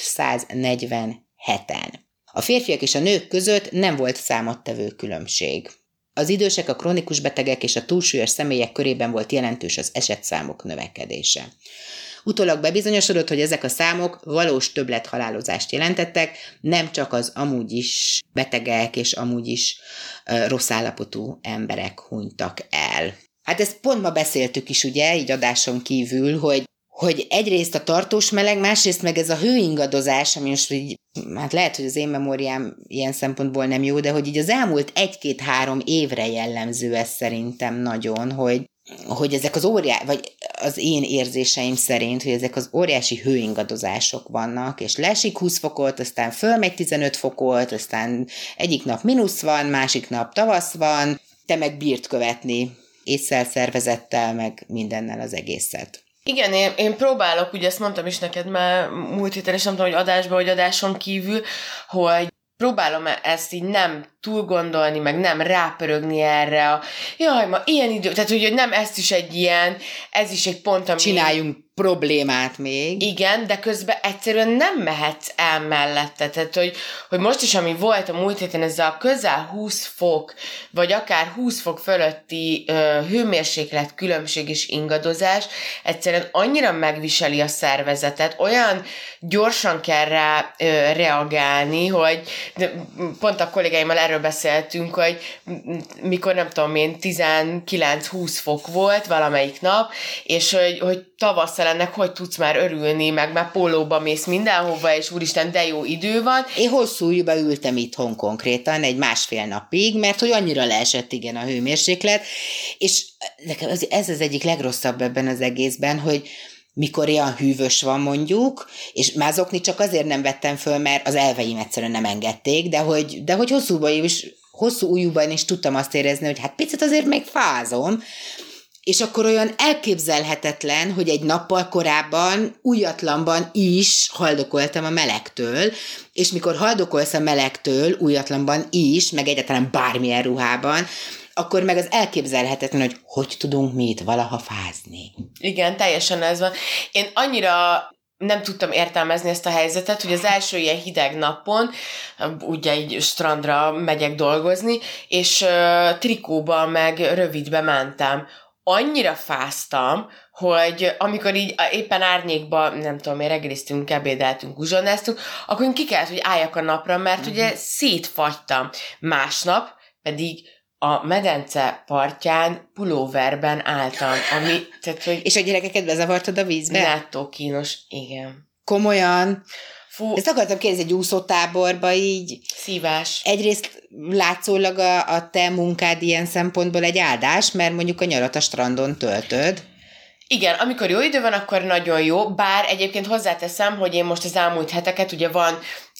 ötszáznegyvenheten. A férfiak és a nők között nem volt számottevő különbség. Az idősek, a krónikus betegek és a túlsúlyos személyek körében volt jelentős az esetszámok növekedése. Utólag bebizonyosodott, hogy ezek a számok valós többlethalálozást jelentettek, nem csak az amúgy is betegek és amúgy is uh, rossz állapotú emberek hunytak el. Hát ezt pont ma beszéltük is, ugye, így adáson kívül, hogy hogy egyrészt a tartós meleg, másrészt meg ez a hőingadozás, ami most így, hát lehet, hogy az én memóriám ilyen szempontból nem jó, de hogy így az elmúlt egy-két-három évre jellemző ez szerintem nagyon, hogy, hogy ezek az óriási, vagy az én érzéseim szerint, hogy ezek az óriási hőingadozások vannak, és leesik húsz fokot, aztán fölmegy tizenöt fokot, aztán egyik nap mínusz van, másik nap tavasz van, te meg bírt követni ésszel, szervezettel, meg mindennel az egészet. Igen, én, én próbálok, ugye ezt mondtam is neked már múlt héten, és nem tudom, hogy adásban, vagy adáson kívül, hogy próbálom ezt így nem túl gondolni, meg nem rápörögni erre a jaj, ma ilyen idő, tehát hogy nem ezt is egy ilyen, ez is egy pont, ami... Csináljunk problémát még. Igen, de közben egyszerűen nem mehetsz el mellette, tehát hogy, hogy most is, ami volt a múlt héten, ez a közel húsz fok, vagy akár húsz fok fölötti ö, hőmérséklet különbség és ingadozás, egyszerűen annyira megviseli a szervezetet, olyan gyorsan kell rá ö, reagálni, hogy pont a kollégáimmal erről beszéltünk, hogy mikor nem tudom én, tizenkilenc-húsz fok volt valamelyik nap, és hogy, hogy tavasszal ennek hogy tudsz már örülni, meg már pólóba mész mindenhova, és úristen, de jó idő van. Én hosszú újba ültem itthon konkrétan egy másfél napig, mert hogy annyira leesett igen a hőmérséklet, és ez az egyik legrosszabb ebben az egészben, hogy mikor ilyen hűvös van mondjuk, és mázokni csak azért nem vettem föl, mert az elveim egyszerűen nem engedték, de hogy, de hogy hosszúban is, hosszú újúban is tudtam azt érezni, hogy hát picit azért még fázom, és akkor olyan elképzelhetetlen, hogy egy nappal korábban újatlanban is haldokoltam a melegtől, és mikor haldokolsz a melegtől újatlanban is, meg egyáltalán bármilyen ruhában, akkor meg az elképzelhetetlen, hogy hogy tudunk mi itt valaha fázni. Igen, teljesen ez van. Én annyira nem tudtam értelmezni ezt a helyzetet, hogy az első ilyen hideg napon, ugye így strandra megyek dolgozni, és uh, trikóba meg rövidbe mentem. Annyira fáztam, hogy amikor így éppen árnyékba, nem tudom, mi reggeliztünk, ebédeltünk, uzsonnáztunk, akkor én ki kellett, hogy álljak a napra, mert uh-huh. ugye szétfagytam. Másnap pedig a medence partján pulóverben álltam, ami, tehát, hogy... És a gyerekeket bezavartad a vízbe? Nettó kínos, igen. Komolyan? Fú. Ezt akartam kérdezni, egy úszótáborba így... Szívás. Egyrészt látszólag a, a te munkád ilyen szempontból egy áldás, mert mondjuk a nyarat a strandon töltöd. Igen, amikor jó idő van, akkor nagyon jó, bár egyébként hozzáteszem, hogy én most az elmúlt heteket, ugye van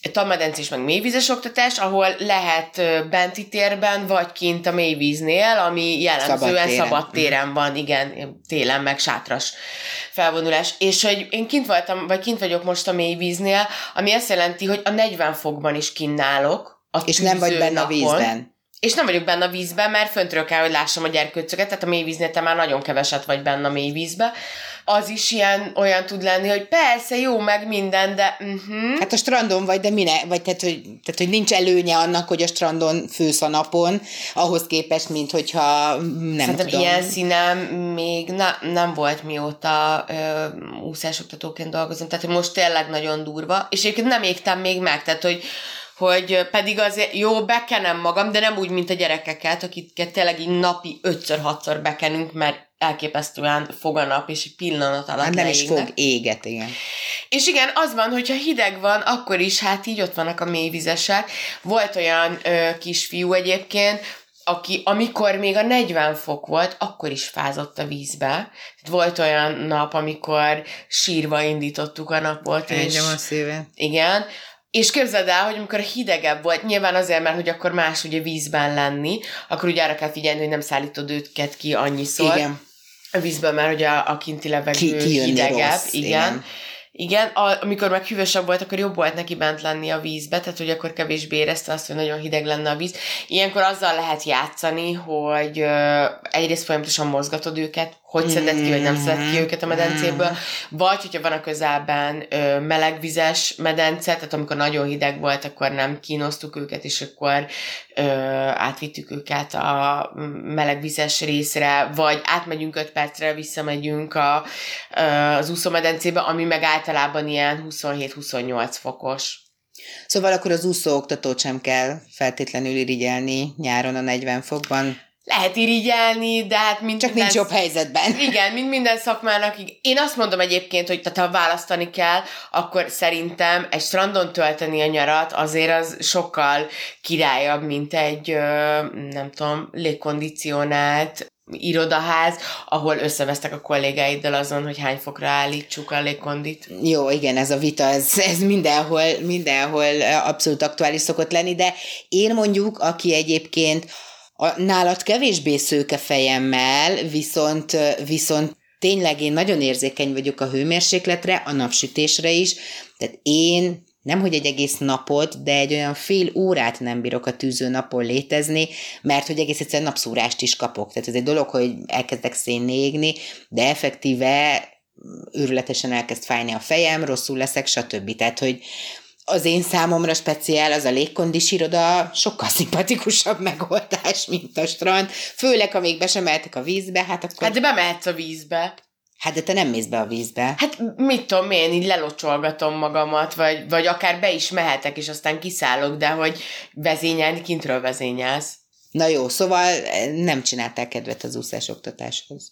tanmedencés meg mélyvízes oktatás, ahol lehet benti térben, vagy kint a mélyvíznél, ami jellemzően szabad téren van, igen, télen meg sátras felvonulás. És hogy én kint voltam, vagy kint vagyok most a mélyvíznél, ami azt jelenti, hogy a negyven fokban is kinnálok. És nem vagy benne napon. A vízben. És nem vagyok benne a vízben, mert föntről kell, hogy lássam a gyerkőcöket, tehát a mélyvíznél te már nagyon keveset vagy benne a mélyvízbe. Az is ilyen, olyan tud lenni, hogy persze, jó, meg minden, de... Uh-huh. Hát a strandon vagy, de mine, vagy tehát hogy, tehát, hogy nincs előnye annak, hogy a strandon fősz a napon, ahhoz képest, mint hogyha nem Szerintem tudom. ilyen színem még na, nem volt, mióta ö, úszásoktatóként dolgozom, tehát hogy most tényleg nagyon durva, és egyébként nem égtem még meg, tehát hogy hogy pedig azért jó, bekenem magam, de nem úgy, mint a gyerekeket, akiket tényleg így napi ötször-hatszor bekenünk, mert elképesztően fog a nap, és egy pillanat alatt hát nem leégnek. is fog, éget, igen. És igen, az van, hogyha hideg van, akkor is, hát így ott vannak a mélyvizesek. Volt olyan ö, kisfiú egyébként, aki amikor még a negyven fok volt, akkor is fázott a vízbe. Volt olyan nap, amikor sírva indítottuk a napot. Engem a szíve. Igen. És képzeld el, hogy amikor hidegebb volt, nyilván azért, mert hogy akkor más ugye vízben lenni, akkor ugye arra kell figyelni, hogy nem szállítod őket ki annyiszor. Igen. A vízből, mert ugye a, a kinti levegő ki, hidegebb. Rossz, igen. igen. Igen, a, amikor meg hűvösebb volt, akkor jobb volt neki bent lenni a vízbe, tehát hogy akkor kevésbé érezte azt, hogy nagyon hideg lenne a víz. Ilyenkor azzal lehet játszani, hogy ö, egyrészt folyamatosan mozgatod őket, hogy szeded ki, vagy nem szeded ki őket a medencéből, vagy hogyha van a közelben ö, melegvizes medence, tehát amikor nagyon hideg volt, akkor nem kínoztuk őket, és akkor ö, átvittük őket a melegvizes részre, vagy átmegyünk öt percre, visszamegyünk a, ö, az úszómedencébe, ami meg általában ilyen huszonhét-huszonnyolc fokos. Szóval akkor az úszóoktatót sem kell feltétlenül irigyelni nyáron a negyven fokban. Lehet irigyelni, de hát mint Csak minden... nincs jobb helyzetben. Igen, mint minden szakmának. Én azt mondom egyébként, hogy tehát, ha választani kell, akkor szerintem egy strandon tölteni a nyarat azért az sokkal királyabb, mint egy, nem tudom, légkondicionált irodaház, ahol összevesztek a kollégáiddal azon, hogy hány fokra állítsuk a légkondit. Jó, igen, ez a vita, ez, ez mindenhol, mindenhol abszolút aktuális szokott lenni, de én mondjuk, aki egyébként a, nálad kevésbé szőke fejemmel, viszont, viszont tényleg én nagyon érzékeny vagyok a hőmérsékletre, a napsütésre is, tehát én nemhogy egy egész napot, de egy olyan fél órát nem bírok a tűző napon létezni, mert hogy egész egyszerűen napszúrást is kapok. Tehát ez egy dolog, hogy elkezdek szénné égni, de effektíve őrületesen elkezd fájni a fejem, rosszul leszek, stb. Tehát, hogy az én számomra speciál az a légkondis iroda sokkal szimpatikusabb megoldás, mint a strand. Főleg, ha még be sem mehetek a vízbe, hát akkor... Hát de bemehetsz a vízbe. Hát de te nem mész be a vízbe. Hát mit tudom én, így lelocsolgatom magamat, vagy, vagy akár be is mehetek, és aztán kiszállok, de hogy vezényelni, kintről vezényelsz. Na jó, szóval nem csináltál kedvet az úszásoktatáshoz.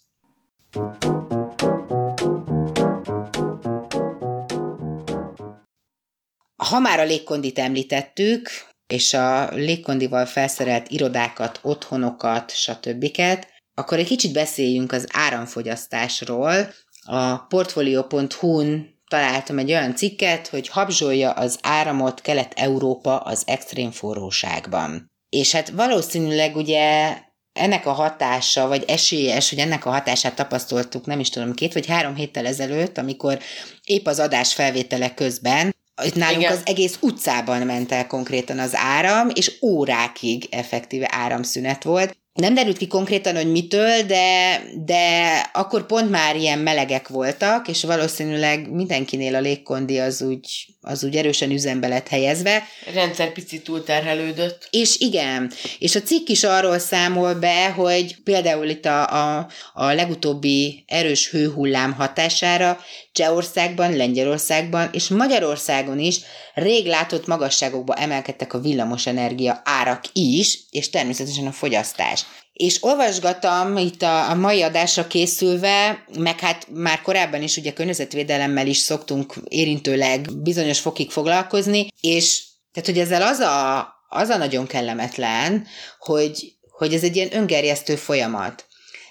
Ha már a légkondit említettük, és a légkondival felszerelt irodákat, otthonokat, stb., akkor egy kicsit beszéljünk az áramfogyasztásról. A portfolio pont hu-n találtam egy olyan cikket, hogy habzsolja az áramot Kelet-Európa az extrém forróságban. És hát valószínűleg ugye ennek a hatása, vagy esélyes, hogy ennek a hatását tapasztaltuk, nem is tudom, két vagy három héttel ezelőtt, amikor épp az adás felvétele közben itt nálunk igen. Az egész utcában ment el konkrétan az áram, és órákig effektíve áramszünet volt. Nem derült ki konkrétan, hogy mitől, de, de akkor pont már ilyen melegek voltak, és valószínűleg mindenkinél a légkondi az úgy, az úgy erősen üzembe lett helyezve. A rendszer picit túlterhelődött. És igen, és a cikk is arról számol be, hogy például itt a, a, a legutóbbi erős hőhullám hatására Csehországban, Lengyelországban és Magyarországon is rég látott magasságokba emelkedtek a villamosenergia árak is, és természetesen a fogyasztás. És olvasgatom itt a, a mai adásra készülve, meg hát már korábban is ugye környezetvédelemmel is szoktunk érintőleg bizonyos fokig foglalkozni, és tehát, hogy ezzel az a, az a nagyon kellemetlen, hogy, hogy ez egy ilyen öngerjesztő folyamat.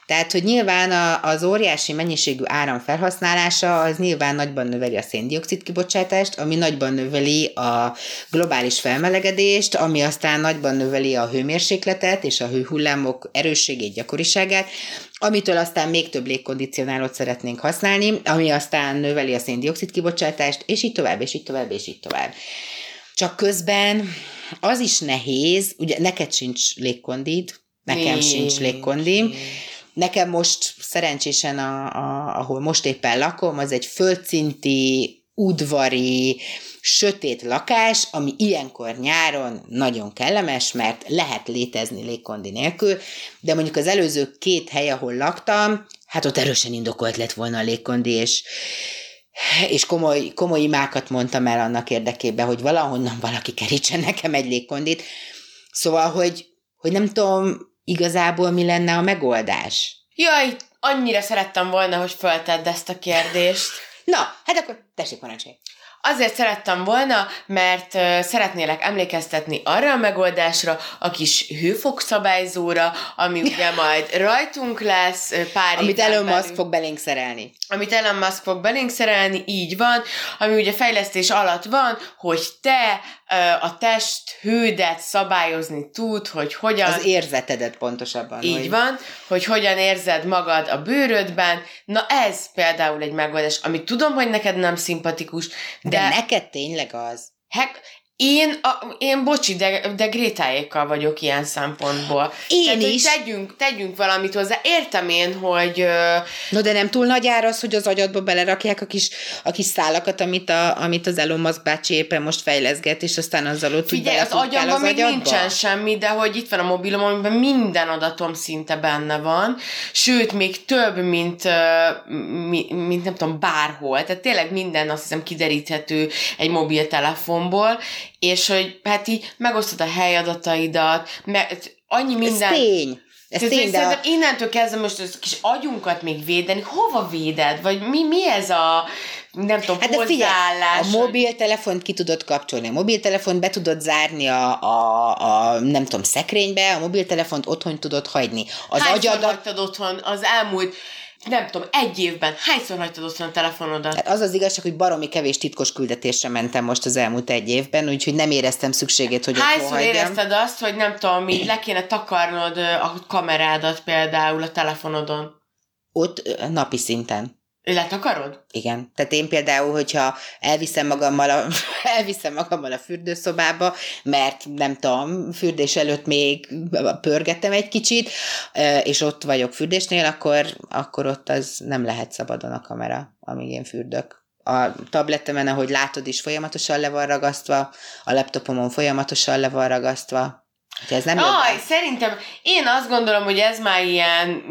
Tehát, hogy nyilván a, az óriási mennyiségű áram felhasználása az nyilván nagyban növeli a széndioxid kibocsátást, ami nagyban növeli a globális felmelegedést, ami aztán nagyban növeli a hőmérsékletet és a hőhullámok erősségét, gyakoriságát, amitől aztán még több légkondicionálót szeretnénk használni, ami aztán növeli a széndioxid kibocsátást, és így tovább, és így tovább, és így tovább. Csak közben az is nehéz, ugye neked sincs légkondid, nekem Nincs. sincs légkondim. Nekem most szerencsésen, a, a, ahol most éppen lakom, az egy földszinti, udvari, sötét lakás, ami ilyenkor nyáron nagyon kellemes, mert lehet létezni légkondi nélkül, de mondjuk az előző két hely, ahol laktam, hát ott erősen indokolt lett volna a légkondi, és és komoly, komoly imákat mondtam el annak érdekében, hogy valahonnan valaki kerítsen nekem egy légkondit. Szóval, hogy, hogy nem tudom igazából mi lenne a megoldás. Jaj, annyira szerettem volna, hogy feltedd ezt a kérdést. Na, hát akkor tessék parancsolj. Azért szerettem volna, mert uh, szeretnélek emlékeztetni arra a megoldásra, a kis hőfokszabályzóra, ami ugye majd rajtunk lesz uh, pár Amit Elon Musk fog belénk szerelni. Amit Elon Musk fog belénk szerelni, így van, ami ugye fejlesztés alatt van, hogy te uh, a test hődet szabályozni tud, hogy hogyan... Az érzetedet pontosabban. Így hogy... van, hogy hogyan érzed magad a bőrödben. Na ez például egy megoldás, amit tudom, hogy neked nem szimpatikus, de, de neked tényleg az. Hek, én, a, én bocsi, de, de Grétáékkal vagyok ilyen szempontból. Én Tehát, is. Tegyünk, tegyünk valamit hozzá. Értem én, hogy... No, de nem túl nagy ár az, hogy az agyadba belerakják a kis, a kis szálakat, amit, a, amit az Elon Musk bácsi éppen most fejleszget, és aztán azzal ott Figyelj, az agyamban még agyadba? Nincsen semmi, de hogy itt van a mobilom, amiben minden adatom szinte benne van, sőt, még több, mint, mint, mint nem tudom, bárhol. Tehát tényleg minden, azt hiszem, kideríthető egy mobiltelefonból, és hogy hát így megosztod a helyadataidat, mert annyi minden... Ez tény. Ez tény, tény, de a... innentől kezdve most az kis agyunkat még védeni, hova véded? Vagy mi, mi ez a, nem tudom, hát hozzáállás? Figyelj, a mobiltelefont ki tudod kapcsolni, a mobiltelefont be tudod zárni a, a, a nem tudom, szekrénybe, a mobiltelefont otthon tudod hagyni. Az Hányszor agyadat... hagytad otthon az elmúlt nem tudom, egy évben hányszor hagytad otthon a telefonodat? Hát az az igazság, hogy baromi kevés titkos küldetésre mentem most az elmúlt egy évben, úgyhogy nem éreztem szükségét, hogy hányszor otthon hagyjam. érezted azt, hogy nem tudom, így le kéne takarnod a kamerádat például a telefonodon? Ott napi szinten. Letakarod? Igen. Tehát én például, hogyha elviszem magammal a, elviszem magammal a fürdőszobába, mert nem tudom, fürdés előtt még pörgettem egy kicsit, és ott vagyok fürdésnél, akkor, akkor ott az nem lehet szabadon a kamera, amíg én fürdök. A tabletemen, ahogy látod is, folyamatosan le van ragasztva, a laptopomon folyamatosan le van ragasztva. Ez nem Aj, szerintem én azt gondolom, hogy ez már ilyen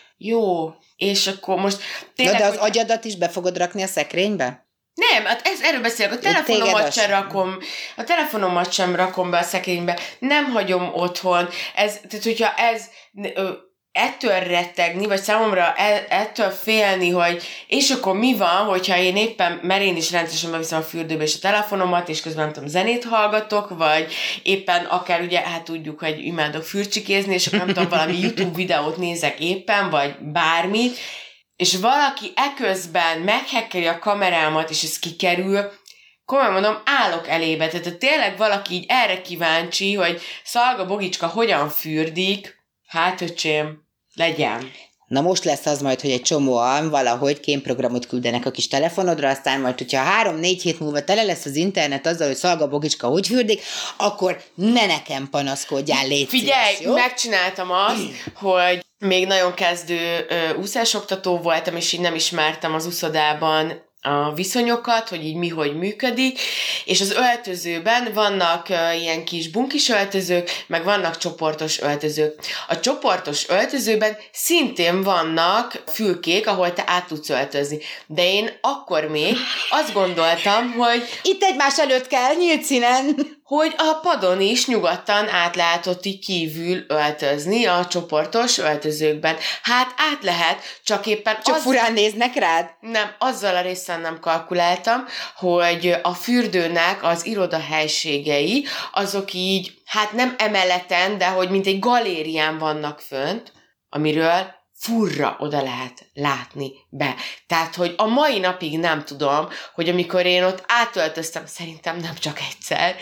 jó, és akkor most tényleg... Na de az hogy... agyadat is be fogod rakni a szekrénybe? Nem, hát ez, erről beszélek, a telefonomat sem rakom, a telefonomat sem rakom be a szekrénybe, nem hagyom otthon, ez, tehát hogyha ez... Ö, ettől rettegni, vagy számomra ettől félni, hogy és akkor mi van, hogyha én éppen, mert én is rendszeresen beviszem a fürdőbe és a telefonomat, és közben nem tudom, zenét hallgatok, vagy éppen akár ugye, hát tudjuk, hogy imádok fürcsikézni, és akkor nem tudom, valami YouTube videót nézek éppen, vagy bármit, és valaki eközben meghekkeli a kamerámat, és ez kikerül, komolyan mondom, állok elébe. Tehát tényleg valaki így erre kíváncsi, hogy Szalga Bogicska hogyan fürdik, hát öcsém, legyen. Na most lesz az majd, hogy egy csomóan valahogy kémprogramot küldenek a kis telefonodra, aztán majd, hogyha három-négy hét múlva tele lesz az internet azzal, hogy Szalga Bogicska hogy fürdik, akkor ne nekem panaszkodjál, légy Figyelj, szíves, jó? Megcsináltam azt, hogy még nagyon kezdő ö, úszásoktató voltam, és így nem ismertem az úszodában a viszonyokat, hogy így mi, hogy működik, és az öltözőben vannak uh, ilyen kis bunkis öltözők, meg vannak csoportos öltözők. A csoportos öltözőben szintén vannak fülkék, ahol te át tudsz öltözni. De én akkor még azt gondoltam, hogy... Itt egymás előtt kell, nyílt színen! Hogy a padon is nyugodtan át lehet ott így kívül öltözni a csoportos öltözőkben. Hát át lehet, csak éppen... Csak az... furán néznek rád? Nem, azzal a részen nem kalkuláltam, hogy a fürdőnek az irodahelységei, azok így, hát nem emeleten, de hogy mint egy galérián vannak fönt, amiről furra oda lehet látni be. Tehát, hogy a mai napig nem tudom, hogy amikor én ott átöltöztem, szerintem nem csak egyszer.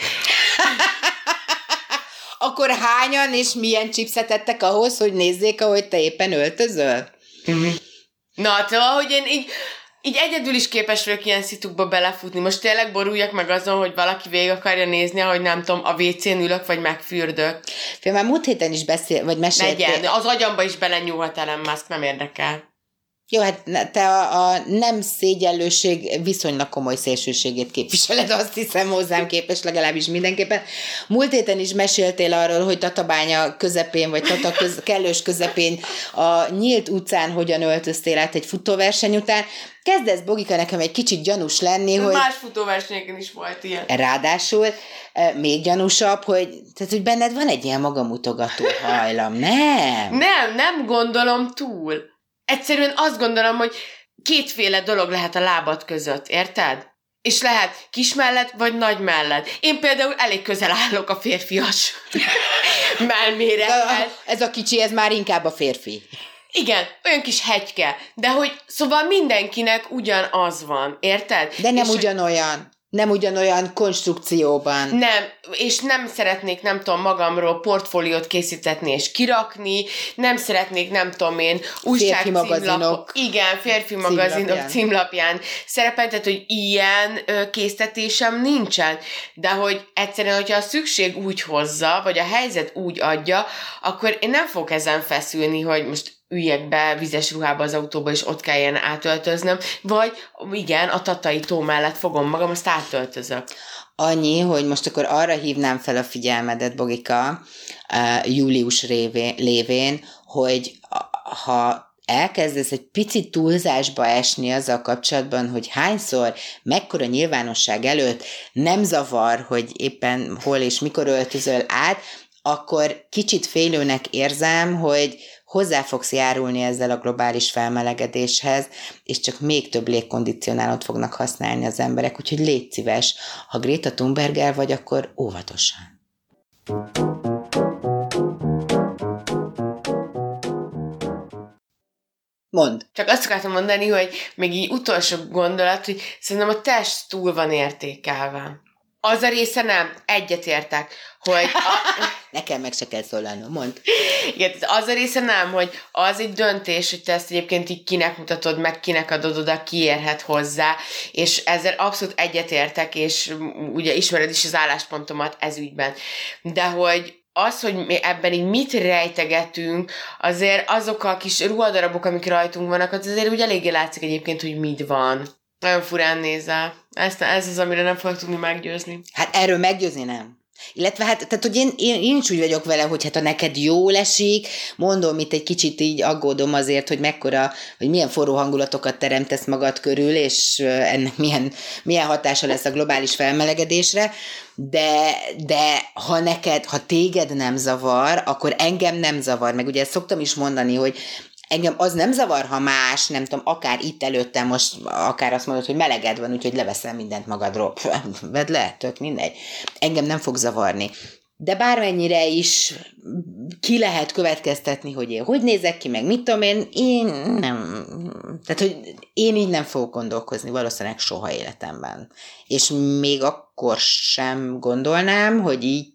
Akkor hányan és milyen chipset ettek ahhoz, hogy nézzék, ahogy te éppen öltözöl? Mm-hmm. Na, szóval, hogy én így, így egyedül is képes vagyok ilyen szitukba belefutni. Most tényleg boruljak meg azon, hogy valaki végig akarja nézni, hogy nem tudom, a vécén ülök, vagy megfürdök. Fél, már múlt héten is beszél, vagy meséltél. Legyen, az agyamba is belenyúlhat Elon Musk, nem érdekel. Jó, hát te a, a nem szégyenlőség viszonylag komoly szélsőségét képviseled, azt hiszem hozzám képes legalábbis mindenképpen. Múlt héten is meséltél arról, hogy Tatabánya közepén, vagy Tata köz, kellős közepén a nyílt utcán hogyan öltöztél át egy futóverseny után. Kezdesz, Bogika, nekem egy kicsit gyanús lenni, de hogy... Más futóversenyeken is volt ilyen. Ráadásul még gyanúsabb, hogy, tehát, hogy benned van egy ilyen magamutogató hajlam, nem? Nem, nem gondolom túl. Egyszerűen azt gondolom, hogy kétféle dolog lehet a lábad között, érted? És lehet kis mellett, vagy nagy mellett. Én például elég közel állok a férfias mellmérethez. Ez a kicsi, ez már inkább a férfi. Igen, olyan kis hegyke. De hogy szóval mindenkinek ugyanaz van, érted? De nem és ugyanolyan. Nem ugyanolyan konstrukcióban. Nem, és nem szeretnék, nem tudom, magamról portfóliót készítetni és kirakni, nem szeretnék, nem tudom én, újságcímlapok. Igen, férfi magazinok címlapján, címlapján szerepel, tehát, hogy ilyen ö, késztetésem nincsen. De hogy egyszerűen, hogyha a szükség úgy hozza, vagy a helyzet úgy adja, akkor én nem fogok ezen feszülni, hogy most üljek be vizes ruhába az autóba, és ott kelljen átöltöznöm, vagy igen, a tatai tó mellett fogom magam, azt átöltözök. Annyi, hogy most akkor arra hívnám fel a figyelmedet, Bogika, uh, július révén, lévén, hogy ha elkezdesz egy picit túlzásba esni azzal kapcsolatban, hogy hányszor, mekkora nyilvánosság előtt nem zavar, hogy éppen hol és mikor öltözöl át, akkor kicsit félőnek érzem, hogy hozzá fogsz járulni ezzel a globális felmelegedéshez, és csak még több légkondicionálót fognak használni az emberek, úgyhogy légy szíves, ha Greta Thunberggel vagy, akkor óvatosan. Mondd. Csak azt akartam mondani, hogy még így utolsó gondolat, hogy szerintem a test túl van értékelve. Az a része nem, egyetértek, hogy... A... Nekem meg se kell szólalnom, mondd. Igen, az a része nem, hogy az egy döntés, hogy te ezt egyébként így kinek mutatod, meg kinek adod oda, ki érhet hozzá, és ezzel abszolút egyetértek, és ugye ismered is az álláspontomat ez ügyben. De hogy az, hogy mi ebben így mit rejtegetünk, azért azok a kis ruhadarabok, amik rajtunk vannak, az azért úgy eléggé látszik egyébként, hogy mit van. Nagyon furán nézel. Ez, ez az, amire nem fogok tudni meggyőzni. Hát erről meggyőzni nem. Illetve hát, tehát, hogy én, én, én is úgy vagyok vele, hogy hát ha neked jól esik, mondom, itt egy kicsit így aggódom azért, hogy mekkora, hogy milyen forró hangulatokat teremtesz magad körül, és ennek milyen, milyen hatása lesz a globális felmelegedésre, de, de ha neked, ha téged nem zavar, akkor engem nem zavar, meg ugye ezt szoktam is mondani, hogy engem az nem zavar, ha más, nem tudom, akár itt előttem most, akár azt mondod, hogy meleged van, úgyhogy leveszel mindent magadról. Vedd le, tök mindegy. Engem nem fog zavarni. De bármennyire is ki lehet következtetni, hogy én hogy nézek ki, meg mit tudom én, én nem, tehát, hogy én így nem fogok gondolkozni valószínűleg soha életemben. És még akkor sem gondolnám, hogy így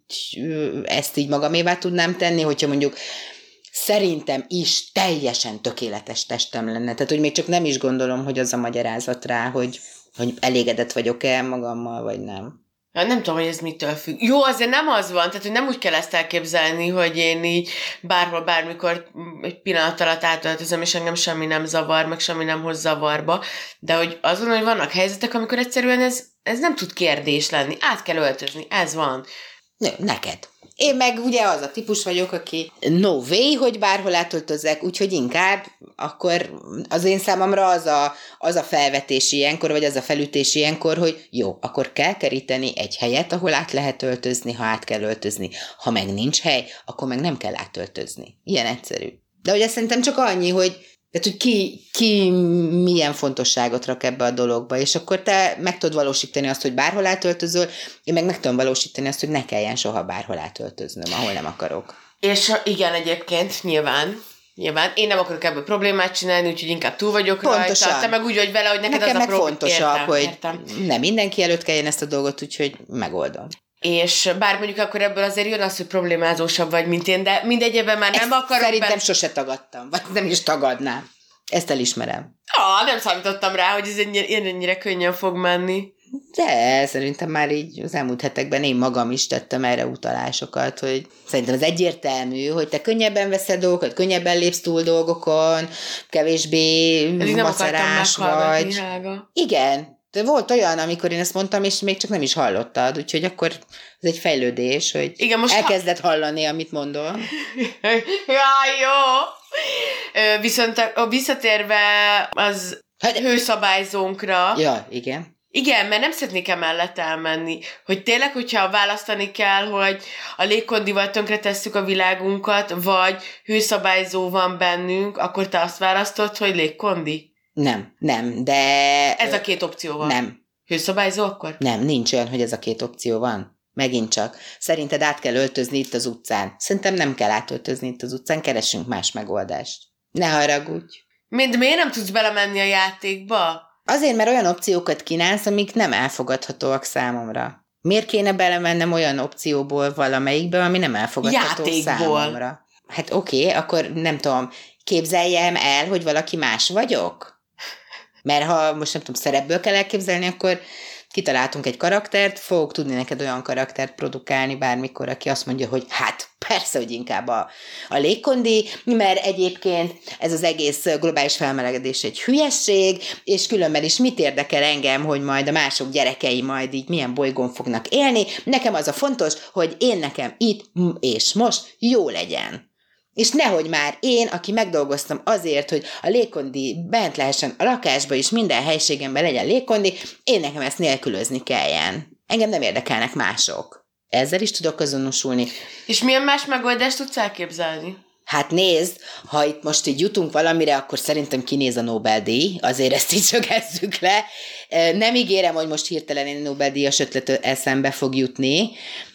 ezt így magamévá tudnám tenni, hogyha mondjuk szerintem is teljesen tökéletes testem lenne. Tehát, hogy még csak nem is gondolom, hogy az a magyarázat rá, hogy, hogy elégedett vagyok-e magammal, vagy nem. Nem tudom, hogy ez mitől függ. Jó, azért nem az van, tehát hogy nem úgy kell ezt elképzelni, hogy én így bárhol, bármikor egy pillanat alatt átöltözöm, és engem semmi nem zavar, meg semmi nem hoz zavarba, de hogy azon, hogy vannak helyzetek, amikor egyszerűen ez, ez nem tud kérdés lenni. Át kell öltözni, ez van. Nő, neked. Én meg ugye az a típus vagyok, aki no way, hogy bárhol átöltözzek, úgyhogy inkább akkor az én számomra az a, az a felvetés ilyenkor, vagy az a felütés ilyenkor, hogy jó, akkor kell keríteni egy helyet, ahol át lehet öltözni, ha át kell öltözni. Ha meg nincs hely, akkor meg nem kell átöltözni. Ilyen egyszerű. De ugye szerintem csak annyi, hogy tehát, hogy ki, ki milyen fontosságot rak ebbe a dologba, és akkor te meg tudod valósítani azt, hogy bárhol átöltözöl, én meg meg tudom valósítani azt, hogy ne kelljen soha bárhol átöltöznöm, ahol nem akarok. És igen, egyébként nyilván, Nyilván én nem akarok ebből problémát csinálni, úgyhogy inkább túl vagyok Pontosan. rajta. Te meg úgy vagy vele, hogy neked Nekem az a meg probléma. fontosabb, értem, hogy értem. nem mindenki előtt kelljen ezt a dolgot, úgyhogy megoldom. És bár mondjuk akkor ebből azért jön az, hogy problémázósabb vagy, mint én, de mindegy, ebben már nem Ezt akarok. szerintem ben... sose tagadtam, vagy nem is tagadnám. Ezt elismerem. Ah, nem számítottam rá, hogy ez ennyire, ennyire könnyen fog menni. De szerintem már így az elmúlt hetekben én magam is tettem erre utalásokat, hogy szerintem az egyértelmű, hogy te könnyebben veszed dolgokat, könnyebben lépsz túl dolgokon, kevésbé macerás vagy. Hága. Igen, de volt olyan, amikor én ezt mondtam, és még csak nem is hallottad, úgyhogy akkor ez egy fejlődés, hogy igen, most elkezded ha... hallani, amit mondom. Jaj, jó! Ö, viszont a visszatérve az hát, hőszabályzónkra. Ja, igen. Igen, mert nem szeretnék emellett elmenni. Hogy tényleg, hogyha választani kell, hogy a légkondival tönkretesszük a világunkat, vagy hőszabályzó van bennünk, akkor te azt választod, hogy légkondi? Nem, nem, de... Ez a két opció van. Nem. Hőszabályzó akkor? Nem, nincs olyan, hogy ez a két opció van. Megint csak. Szerinted át kell öltözni itt az utcán. Szerintem nem kell átöltözni itt az utcán, keressünk más megoldást. Ne haragudj. Mind miért nem tudsz belemenni a játékba? Azért, mert olyan opciókat kínálsz, amik nem elfogadhatóak számomra. Miért kéne belemennem olyan opcióból valamelyikbe, ami nem elfogadható játékból. Számomra? Hát oké, okay, akkor nem tudom, képzeljem el, hogy valaki más vagyok? Mert ha most nem tudom, szerepből kell elképzelni, akkor kitaláltunk egy karaktert, fogok tudni neked olyan karaktert produkálni bármikor, aki azt mondja, hogy hát persze, hogy inkább a, a légkondi, mert egyébként ez az egész globális felmelegedés egy hülyesség, és különben is mit érdekel engem, hogy majd a mások gyerekei majd így milyen bolygón fognak élni. Nekem az a fontos, hogy én nekem itt és most jó legyen. És nehogy már én, aki megdolgoztam azért, hogy a légkondi bent lehessen a lakásba, és minden helységemben legyen légkondi, én nekem ezt nélkülözni kelljen. Engem nem érdekelnek mások. Ezzel is tudok azonosulni. És milyen más megoldást tudsz elképzelni? Hát nézd, ha itt most így jutunk valamire, akkor szerintem kinéz a Nobel-díj, azért ezt így csögezzük le. Nem ígérem, hogy most hirtelen egy Nobel-díjas ötlet eszembe fog jutni.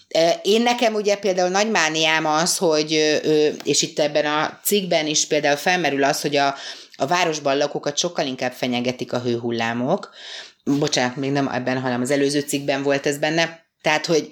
Én nekem ugye például nagy mániám az, hogy, és itt ebben a cikkben is például felmerül az, hogy a, a városban lakókat sokkal inkább fenyegetik a hőhullámok. Bocsánat, még nem ebben, hanem az előző cikkben volt ez benne. Tehát, hogy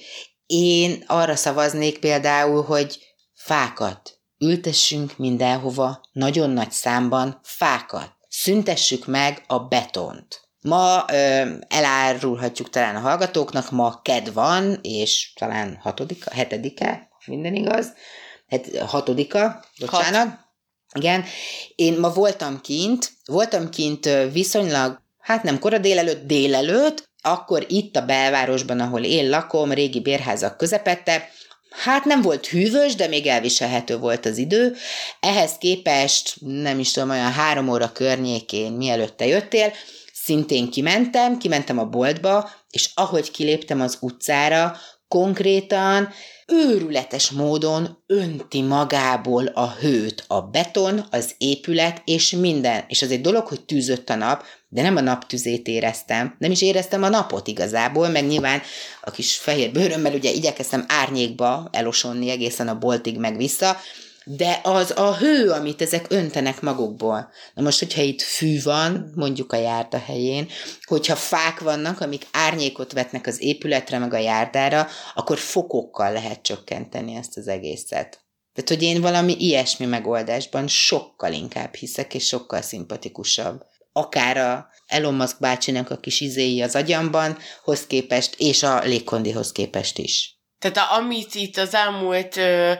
én arra szavaznék például, hogy fákat ültessünk mindenhova, nagyon nagy számban fákat. Szüntessük meg a betont. Ma ö, elárulhatjuk talán a hallgatóknak, ma kedd van, és talán hatodika, hetedike, minden igaz, het, hatodika, bocsánat. Hat. Igen, én ma voltam kint, voltam kint viszonylag, hát nem kora délelőtt, délelőtt, akkor itt a belvárosban, ahol én lakom, régi bérházak közepette, hát nem volt hűvös, de még elviselhető volt az idő. Ehhez képest, nem is tudom, olyan három óra környékén, mielőtt te jöttél, szintén kimentem, kimentem a boltba, és ahogy kiléptem az utcára, konkrétan őrületes módon önti magából a hőt a beton, az épület, és minden. És az egy dolog, hogy tűzött a nap, de nem a naptüzét éreztem. Nem is éreztem a napot igazából, meg nyilván a kis fehér bőrömmel ugye igyekeztem árnyékba elosonni egészen a boltig meg vissza, de az a hő, amit ezek öntenek magukból. Na most, hogyha itt fű van, mondjuk a járda helyén, hogyha fák vannak, amik árnyékot vetnek az épületre, meg a járdára, akkor fokokkal lehet csökkenteni ezt az egészet. Tehát, hogy én valami ilyesmi megoldásban sokkal inkább hiszek, és sokkal szimpatikusabb. Akár a Elon Musk bácsinak a kis izéi az agyamban, hoz képest, és a légkondihoz képest is. Tehát a, amit itt az elmúlt ö,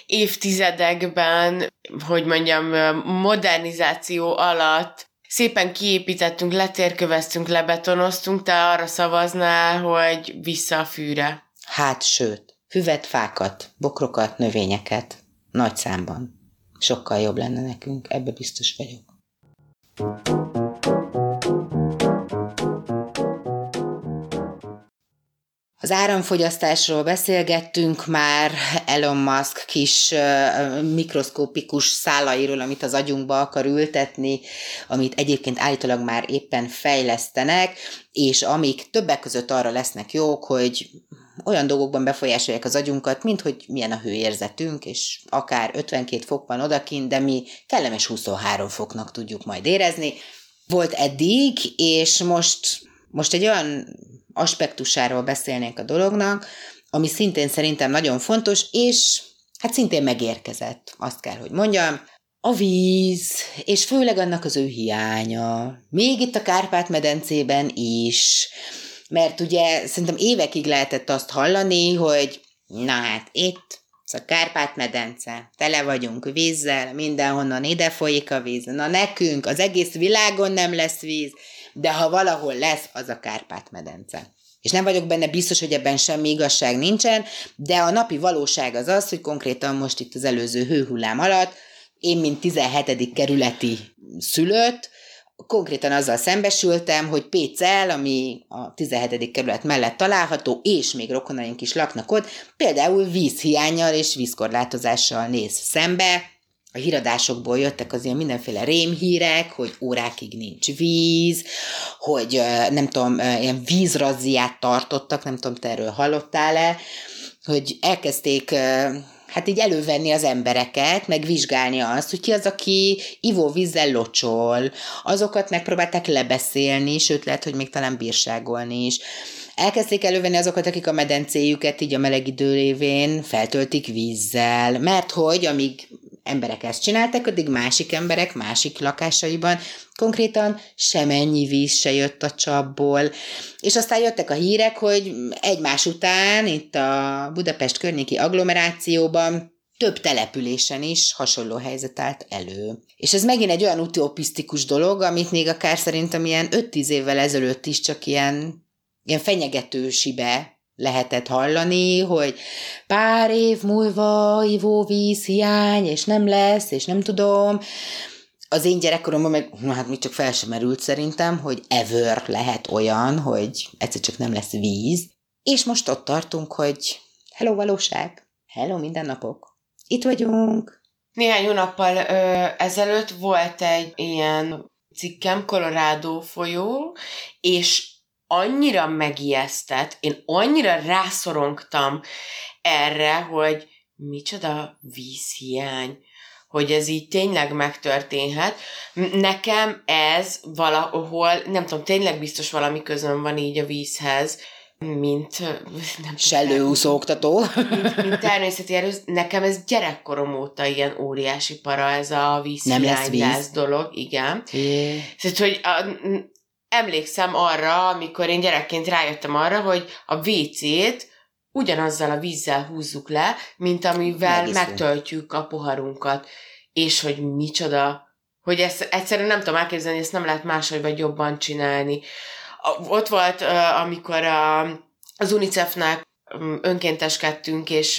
évtizedekben, hogy mondjam, modernizáció alatt szépen kiépítettünk, letérköveztünk, lebetonoztunk, te arra szavaznál, hogy vissza a fűre. Hát sőt, füvet, fákat, bokrokat, növényeket, nagy számban. Sokkal jobb lenne nekünk, ebbe biztos vagyok. Az áramfogyasztásról beszélgettünk már, Elon Musk kis uh, mikroszkópikus szálairól, amit az agyunkba akar ültetni, amit egyébként állítólag már éppen fejlesztenek, és amik többek között arra lesznek jók, hogy olyan dolgokban befolyásolják az agyunkat, mint hogy milyen a hőérzetünk, és akár ötvenkét fok van odakint, de mi kellemes huszonhárom foknak tudjuk majd érezni. Volt eddig, és most, most egy olyan aspektusáról beszélnénk a dolognak, ami szintén szerintem nagyon fontos, és hát szintén megérkezett, azt kell, hogy mondjam. A víz, és főleg annak az ő hiánya. Még itt a Kárpát-medencében is, mert ugye szerintem évekig lehetett azt hallani, hogy na hát itt ez a Kárpát-medence, tele vagyunk vízzel, mindenhonnan ide folyik a víz. Na nekünk az egész világon nem lesz víz, de ha valahol lesz, az a Kárpát-medence. És nem vagyok benne biztos, hogy ebben semmi igazság nincsen, de a napi valóság az az, hogy konkrétan most itt az előző hőhullám alatt én, mint tizenhetedik kerületi szülött, konkrétan azzal szembesültem, hogy Pécel, ami a tizenhetedik kerület mellett található, és még rokonaink is laknak ott, például vízhiánnyal és vízkorlátozással néz szembe. A híradásokból jöttek az ilyen mindenféle rémhírek, hogy órákig nincs víz, hogy nem tudom, ilyen vízrazziát tartottak, nem tudom, te erről hallottál-e, hogy elkezdték hát így elővenni az embereket, meg vizsgálni azt, hogy ki az, aki ivóvízzel locsol, azokat megpróbálták lebeszélni, sőt lehet, hogy még talán bírságolni is. Elkezdték elővenni azokat, akik a medencéjüket így a meleg idő révén feltöltik vízzel, mert hogy amíg emberek ezt csináltak, addig másik emberek másik lakásaiban konkrétan semennyi víz se jött a csapból. És aztán jöttek a hírek, hogy egymás után itt a Budapest környéki agglomerációban több településen is hasonló helyzet állt elő. És ez megint egy olyan utopisztikus dolog, amit még akár szerintem ilyen öt-tíz évvel ezelőtt is csak ilyen, ilyen fenyegetősibe lehetett hallani, hogy pár év múlva ivóvíz hiány, és nem lesz, és nem tudom. Az én gyerekkoromban meg, na hát még csak fel sem merült szerintem, hogy ever lehet olyan, hogy egyszer csak nem lesz víz. És most ott tartunk, hogy hello valóság, hello mindennapok, itt vagyunk. Néhány hónappal ö, ezelőtt volt egy ilyen cikkem, Colorado folyó, és annyira megijesztett, én annyira rászorongtam erre, hogy micsoda vízhiány, hogy ez így tényleg megtörténhet. Nekem ez valahol, nem tudom, tényleg biztos valami közön van így a vízhez, mint nem sellőúszó oktató. Mint, mint természeti erő. Nekem ez gyerekkorom óta ilyen óriási para, ez a vízhiány dolog, igen. Yeah. Tehát, hogy a, emlékszem arra, amikor én gyerekként rájöttem arra, hogy a vécét ugyanazzal a vízzel húzzuk le, mint amivel Megiszunk. megtöltjük a poharunkat. És hogy micsoda, hogy ezt egyszerűen nem tudom elképzelni, ezt nem lehet máshogy vagy jobban csinálni. Ott volt, amikor a, az UNICEF-nek önkénteskedtünk, és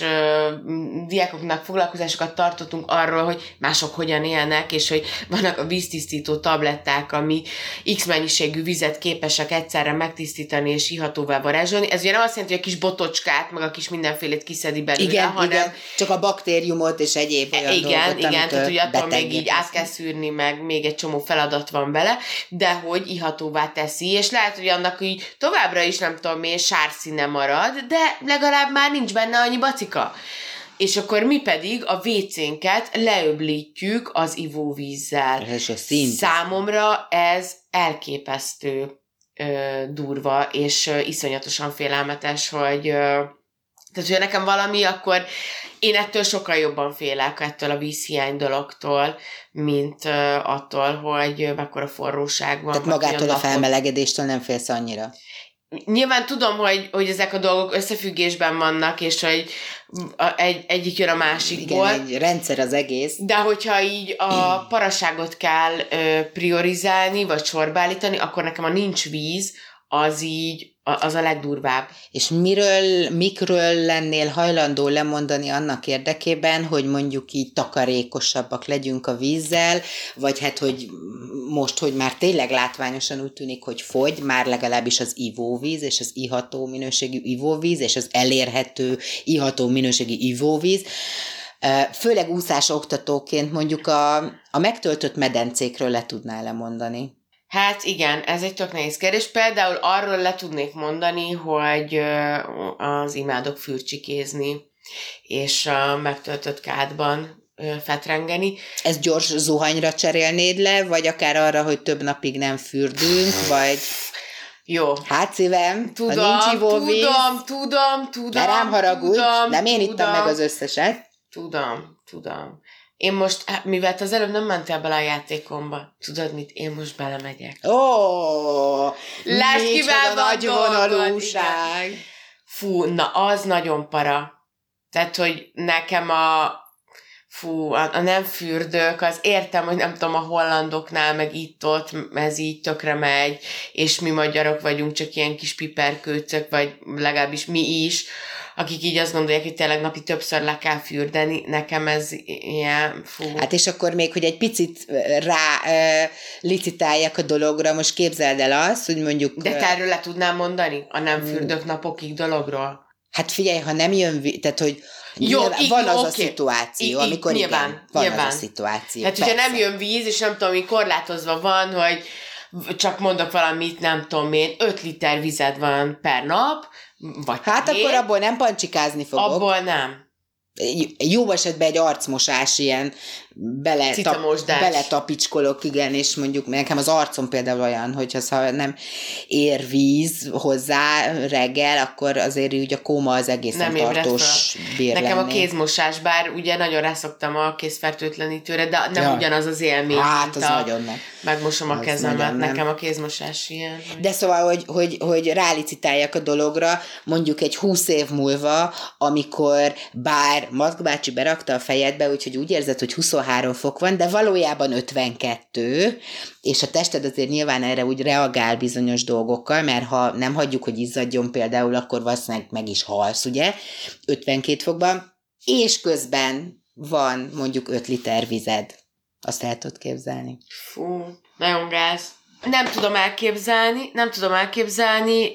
uh, diákoknak foglalkozásokat tartottunk arról, hogy mások hogyan élnek, és hogy vannak a víztisztító tabletták, ami X mennyiségű vizet képesek egyszerre megtisztítani és ihatóvá varázsolni. Ez ugye nem azt jelenti, hogy a kis botocskát, meg a kis mindenfélét kiszedi belőle, igen, hanem... Igen, csak a baktériumot és egyéb olyan igen, dolgot, igen, tehát ugye attól még így át kell szűrni, meg még egy csomó feladat van bele, de hogy ihatóvá teszi, és lehet, hogy annak így továbbra is nem tudom én, sárszíne marad, de legalább már nincs benne annyi bacika. És akkor mi pedig a vécénket leöblítjük az ivóvízzel. Ez a szint. Számomra ez elképesztő ö, durva, és ö, iszonyatosan félelmetes, hogy ö, tehát, hogyha nekem valami, akkor én ettől sokkal jobban félek, ettől a vízhiány dologtól, mint ö, attól, hogy mekkora forróság van. Tehát magától a felmelegedéstől nem félsz annyira. Nyilván tudom, hogy, hogy ezek a dolgok összefüggésben vannak, és hogy egy, egyik jön a másikból. Igen, egy rendszer az egész. De hogyha így a paraságot kell ö, priorizálni, vagy sorba állítani, akkor nekem a nincs víz, az így, az a legdurvább. És miről, mikről lennél hajlandó lemondani annak érdekében, hogy mondjuk így takarékosabbak legyünk a vízzel, vagy hát, hogy most, hogy már tényleg látványosan úgy tűnik, hogy fogy, már legalábbis az ivóvíz, és az iható minőségű ivóvíz, és az elérhető iható minőségű ivóvíz. Főleg úszás oktatóként mondjuk a, a megtöltött medencékről le tudnál lemondani. Hát igen, ez egy tök nehéz kérdés. Például arról le tudnék mondani, hogy az imádok fürcsikézni, és a megtöltött kádban fetrengeni. Ez gyors zuhanyra cserélnéd le, vagy akár arra, hogy több napig nem fürdünk, vagy... Jó. Hát szívem, tudom, ha nincs ivóvíz, tudom, tudom, tudom, de rám haragudj, tudom, nem én tudom, ittam meg az összeset. Tudom, tudom. Én most, mivel az előbb nem mentél bele a játékomba, tudod mit, én most belemegyek. Ó, oh, lásd kivel van nagy vonalúság. Fú, na az nagyon para. Tehát, hogy nekem a fú, a, a nem fürdők, az értem, hogy nem tudom, a hollandoknál, meg itt-ott, ez így tökre megy, és mi magyarok vagyunk csak ilyen kis piperkőcök, vagy legalábbis mi is, akik így azt gondolják, hogy tényleg napi többször le kell fürdeni, nekem ez ilyen, fú. Hát és akkor még, hogy egy picit rá uh, licitálják a dologra, most képzeld el azt, hogy mondjuk... De te erről le tudnám mondani? A nem fürdök napokig dologról? Hát figyelj, ha nem jön, vi- tehát hogy jó, nyilván, így, van az oké. a szituáció, így, amikor nyilván, igen, van nyilván. az a szituáció. Tehát, hogyha nem jön víz, és nem tudom, hogy korlátozva van, hogy csak mondok valamit, nem tudom én, öt liter vized van per nap, vagy Hát hét, akkor abból nem pancsikázni fogok. abból nem. Jó esetben egy arcmosás ilyen bele, tap, beletapicskolok, igen, és mondjuk nekem az arcom például olyan, hogy ha nem ér víz hozzá reggel, akkor azért úgy a kóma az egészen nem tartós bír Nekem lenni. a kézmosás, bár ugye nagyon rászoktam a kézfertőtlenítőre, de nem ja. ugyanaz az élmény. Hát az a, nagyon nem. Megmosom a az kezemet, nekem a kézmosás ilyen. Hogy... De szóval, hogy, hogy, hogy rálicitálják a dologra, mondjuk egy húsz év múlva, amikor bár Maszk bácsi berakta a fejedbe, úgyhogy úgy érzed, hogy huszonhárom fok van, de valójában ötvenkettő, és a tested azért nyilván erre úgy reagál bizonyos dolgokkal, mert ha nem hagyjuk, hogy izzadjon például, akkor valószínűleg meg is halsz, ugye, ötvenkét fokban, és közben van mondjuk öt liter vized. Azt el tudod képzelni. Fú, nagyon gáz. Nem tudom elképzelni, nem tudom elképzelni,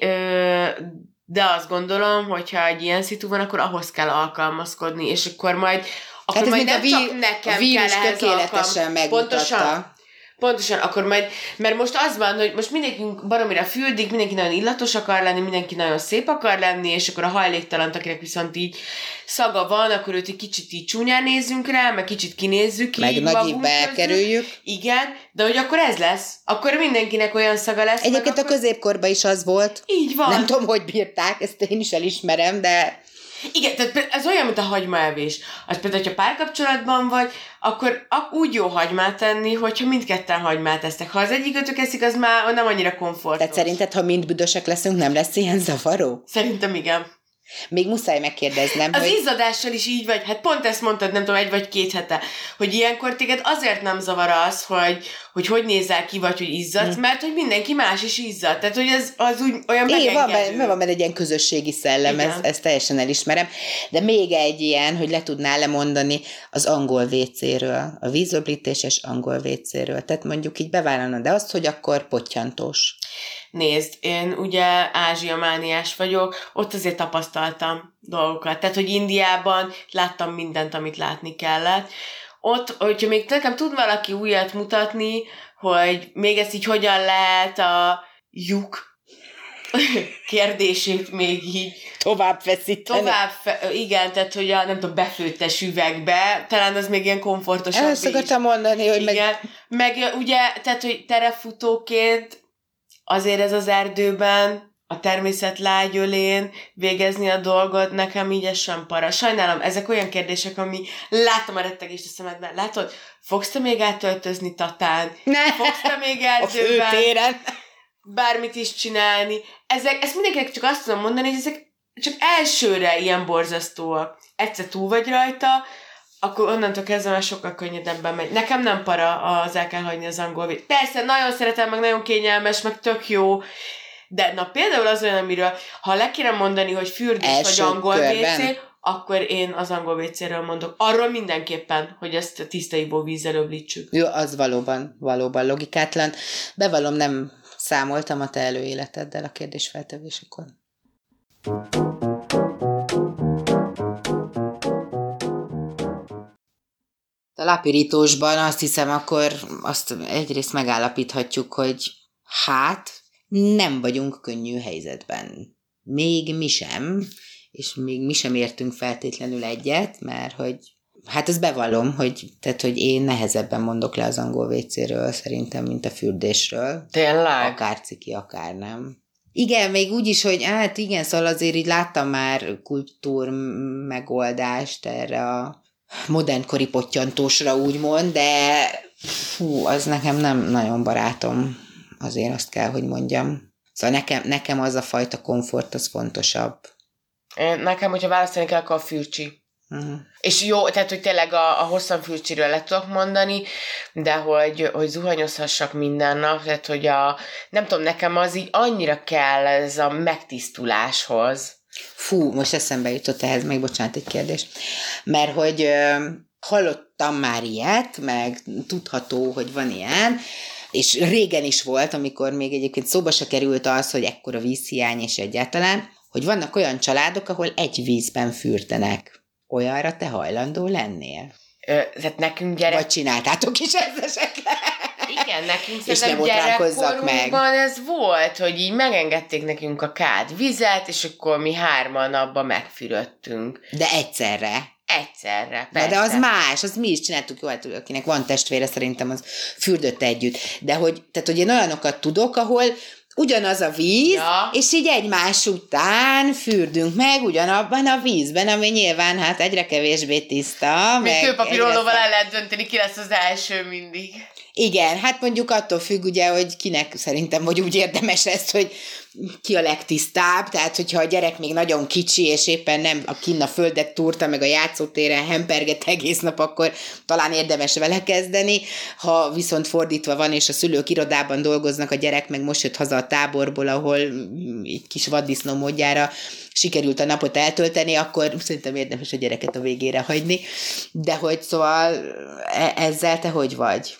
de azt gondolom, hogyha egy ilyen szitu van, akkor ahhoz kell alkalmazkodni, és akkor majd, akkor hát majd nem vír, csak nekem kell ehhez tökéletesen megmutatta. Pontosan, pontosan, akkor majd, mert most az van, hogy most mindenki baromira fürdik, mindenki nagyon illatos akar lenni, mindenki nagyon szép akar lenni, és akkor a hajléktalant, akinek viszont így szaga van, akkor őt egy kicsit így csúnyán nézzünk rá, meg kicsit kinézzük meg így nagyibb elkerüljük. Igen, de hogy akkor ez lesz, akkor mindenkinek olyan szaga lesz. Egyébként a akkor... középkorban is az volt. Így van. Nem tudom, hogy bírták, ezt én is elismerem, de... Igen, tehát ez olyan, mint a hagymaevés. Az például, hogyha párkapcsolatban vagy, akkor úgy jó hagymát tenni, hogyha mindketten hagymát esztek. Ha az egyikőtök eszik, az már nem annyira komfortos. Tehát szerinted, ha mind büdösek leszünk, nem lesz ilyen zavaró? Szerintem igen. Még muszáj megkérdeznem, az hogy... izzadással is így vagy, hát pont ezt mondtad, nem tudom, egy vagy két hete, hogy ilyenkor téged azért nem zavar az, hogy hogy, hogy nézel ki, vagy hogy izzadsz, hmm. mert hogy mindenki más is izzad. Tehát, hogy ez az úgy olyan megengedő. Van benne, van benne egy ilyen közösségi szellem, ezt, ezt teljesen elismerem. De még egy ilyen, hogy le tudnál lemondani az angol vécéről, a vízöblítéses angol vécéről. Tehát mondjuk így bevállalna, de azt, hogy akkor pottyantós. Nézd, én ugye ázsiamániás vagyok, ott azért tapasztaltam dolgokat. Tehát, hogy Indiában láttam mindent, amit látni kellett. Ott, hogyha még nekem tud valaki újat mutatni, hogy még ezt így hogyan lehet a lyuk kérdését még így tovább feszíteni. Tovább, fe- igen, tehát, hogy a, nem tudom, befőttes üvegbe, talán az még ilyen komfortosabb is. Ezt akartam mondani, hogy igen. meg... meg ugye, tehát, hogy terefutóként azért ez az erdőben, a természet lágyölén végezni a dolgot, nekem így ez sem para. Sajnálom, ezek olyan kérdések, ami látom a rettegést a szemedben. Látod, fogsz te még átöltözni Tatán? Ne. Fogsz te még erdőben? A főtéren? Bármit is csinálni. Ezek, ezt mindenkinek csak azt tudom mondani, hogy ezek csak elsőre ilyen borzasztóak. Egyszer túl vagy rajta, akkor onnantól kezdve már sokkal könnyedebben megy. Nekem nem para, az el kell hagyni az angol vét. Persze, nagyon szeretem, meg nagyon kényelmes, meg tök jó, de na például az olyan, amiről, ha le kéne mondani, hogy fürdés vagy angol vécé, akkor én az angol vécéről mondok. Arról mindenképpen, hogy ezt tiszta ivóvízzel öblítsük. Jó, az valóban, valóban logikátlan. Bevallom, nem számoltam a te előéleteddel a kérdésfeltevésekor. A lápirítósban azt hiszem, akkor azt egyrészt megállapíthatjuk, hogy Hát, nem vagyunk könnyű helyzetben. Még mi sem, és még mi sem értünk feltétlenül egyet, mert hogy hát ezt bevallom, hogy, tehát, hogy én nehezebben mondok le az angol vécéről szerintem, mint a fürdésről. Tényleg? Akár ciki, akár nem. Igen, még úgy is, hogy hát igen, szóval azért így láttam már kultúr megoldást erre a modernkori pottyantósra úgymond, de fú, az nekem nem nagyon barátom, azért azt kell, hogy mondjam. Szóval nekem, nekem az a fajta komfort, az fontosabb. Én, nekem, hogyha választani kell, akkor a fürcsi. Uh-huh. És jó, tehát, hogy tényleg a, a hosszan fürcsiről le tudok mondani, de hogy, hogy zuhanyozhassak minden nap, tehát, hogy a, nem tudom, nekem az így annyira kell ez a megtisztuláshoz. Fú, most eszembe jutott ehhez, meg bocsánat, egy kérdés. Mert hogy ö, hallottam már ilyet, meg tudható, hogy van ilyen, és régen is volt, amikor még egyébként szóba se került az, hogy ekkora vízhiány és egyáltalán, hogy vannak olyan családok, ahol egy vízben fürdenek. Olyanra te hajlandó lennél? Ö, tehát nekünk gyerek... Vagy csináltátok is ezt esetleg? Igen, nekünk és nem gyerekkorunkban ez volt, hogy így megengedték nekünk a kád vizet, és akkor mi hárman abba megfürödtünk. De egyszerre? Egyszerre, persze. De az más, az mi is csináltuk, jó, hát akinek van testvére, szerintem az fürdött együtt. De hogy, tehát, hogy én olyanokat tudok, ahol ugyanaz a víz, ja. És így egymás után fürdünk meg ugyanabban a vízben, ami nyilván hát egyre kevésbé tiszta. Még kőpapírollóval el lehet dönteni, ki lesz az első mindig. Igen, hát mondjuk attól függ ugye, hogy kinek szerintem, vagy úgy érdemes ezt, hogy ki a legtisztább, tehát hogyha a gyerek még nagyon kicsi, és éppen nem a kinn a földet túrta, meg a játszótéren hemperget egész nap, akkor talán érdemes vele kezdeni. Ha viszont fordítva van, és a szülők irodában dolgoznak, a gyerek meg most jött haza a táborból, ahol egy kis vaddisznó módjára sikerült a napot eltölteni, akkor szerintem érdemes a gyereket a végére hagyni. De hogy szóval ezzel te hogy vagy?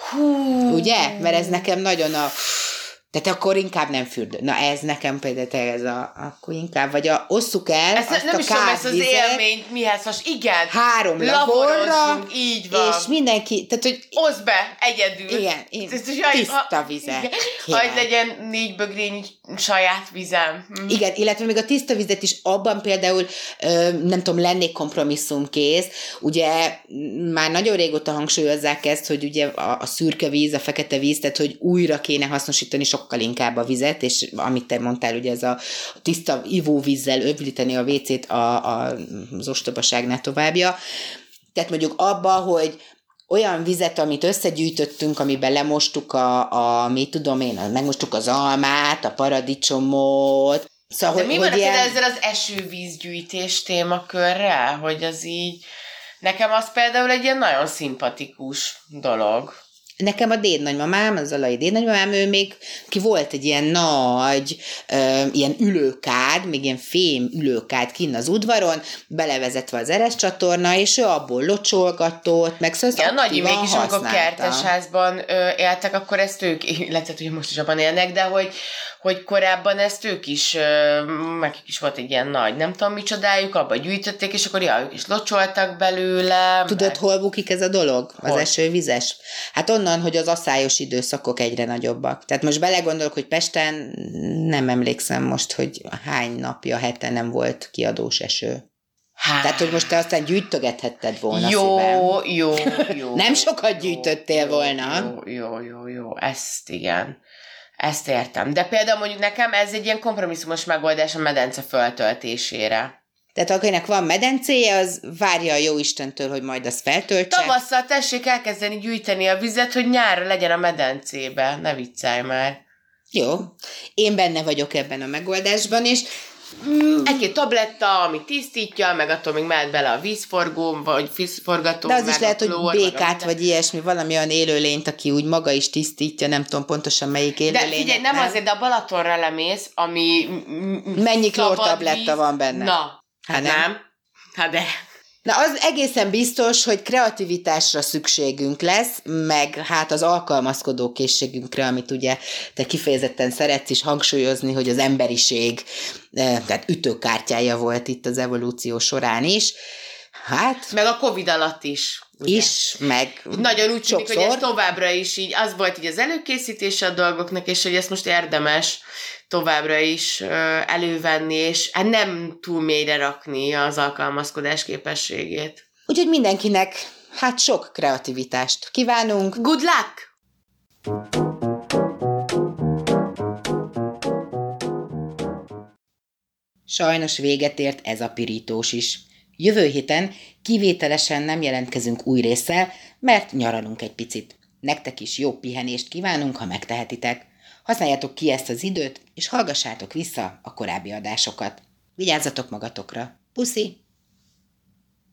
Hú. Ugye? Mert ez nekem nagyon a... Tehát akkor inkább nem fürdő. Na ez nekem például ez a... Akkor inkább, vagy a, osszuk el ezt azt nem a is tudom, ezt az élményt mihez has. Igen. Három laborra. Így van. És mindenki... Tehát, hogy... Oszd be, egyedül. Igen. Én, tiszta vizet. Hogy legyen négy bögrény saját vizem. Hm. Igen, illetve még a tiszta vizet is abban például, nem tudom, lennék kompromisszumkész. Ugye már nagyon régóta hangsúlyozzák ezt, hogy ugye a, a szürke víz, a fekete víz, tehát hogy újra kéne hasznosítani sokkal inkább a vizet, és amit te mondtál, ugye ez a tiszta ivóvízzel öblíteni a vécét a, a, az ostobaságnál továbbja. Tehát mondjuk abba, hogy olyan vizet, amit összegyűjtöttünk, amiben lemostuk a, a mit tudom én, megmostuk az almát, a paradicsomot. Szóval, de hogy, mi van ilyen... ezzel az esővízgyűjtés témakörrel? Hogy az így... Nekem az például egy ilyen nagyon szimpatikus dolog. Nekem a dédnagymamám, az alai dédnagymamám, ő még, ki volt egy ilyen nagy, ö, ilyen ülőkád, még ilyen fém ülőkád kinn az udvaron, belevezetve az eres csatorna, és ő abból locsolgatott, meg szóval ja, Nagyi még is, amikor kertesházban ö, éltek, akkor ezt ők, illetve hogy most is abban élnek, de hogy, hogy korábban ezt ők is, ö, nekik is volt egy ilyen nagy, nem tudom micsodájuk, abba gyűjtötték, és akkor ja, ők is locsoltak belőle. Tudod, meg... hol bukik ez a dolog? Az hol? Esővizes? Hát onnan, hogy az asszályos időszakok egyre nagyobbak. Tehát most belegondolok, hogy Pesten nem emlékszem most, hogy hány napja, hete nem volt kiadós eső. Hát. Tehát, hogy most te aztán gyűjtögethetted volna jó, szívem. Jó, jó. Nem sokat gyűjtöttél jó, volna. Jó, jó, jó, jó, ezt igen. Ezt értem. De például mondjuk nekem ez egy ilyen kompromisszumos megoldás a medence föltöltésére. Tehát akinek van medencéje, az várja a jóistentől, hogy majd azt feltöltse. Tavasszal tessék elkezdeni gyűjteni a vizet, hogy nyárra legyen a medencébe. Ne viccelj már. Jó. Én benne vagyok ebben a megoldásban, és Mm. Egy-két tabletta, ami tisztítja, meg attól még mehet bele a vízforgó, vagy vízforgató. De az is lehet, klór, hogy békát, vagy ilyesmi, valami olyan élőlényt, aki úgy maga is tisztítja, nem tudom pontosan melyik élőlény. De figyelj, nem, nem azért, de a Balatonra lemész, ami... Mennyi klórtabletta van benne? Na, hát nem. nem. Hát de... Na, az egészen biztos, hogy kreativitásra szükségünk lesz, meg hát az alkalmazkodó készségünkre, amit ugye te kifejezetten szeretsz is hangsúlyozni, hogy az emberiség, tehát ütőkártyája volt itt az evolúció során is. Hát... Meg a Covid alatt is. ugye? Is, meg nagyon úgy tűnik, hogy ez továbbra is így, az volt így az előkészítése a dolgoknak, és hogy ezt most érdemes továbbra is elővenni, és hát nem túl mélyre rakni az alkalmazkodás képességét. Úgyhogy mindenkinek hát sok kreativitást kívánunk. Good luck! Sajnos véget ért ez a pirítós is. Jövő héten kivételesen nem jelentkezünk új résszel, mert nyaralunk egy picit. Nektek is jó pihenést kívánunk, ha megtehetitek. Használjátok ki ezt az időt, és hallgassátok vissza a korábbi adásokat. Vigyázzatok magatokra. Puszi!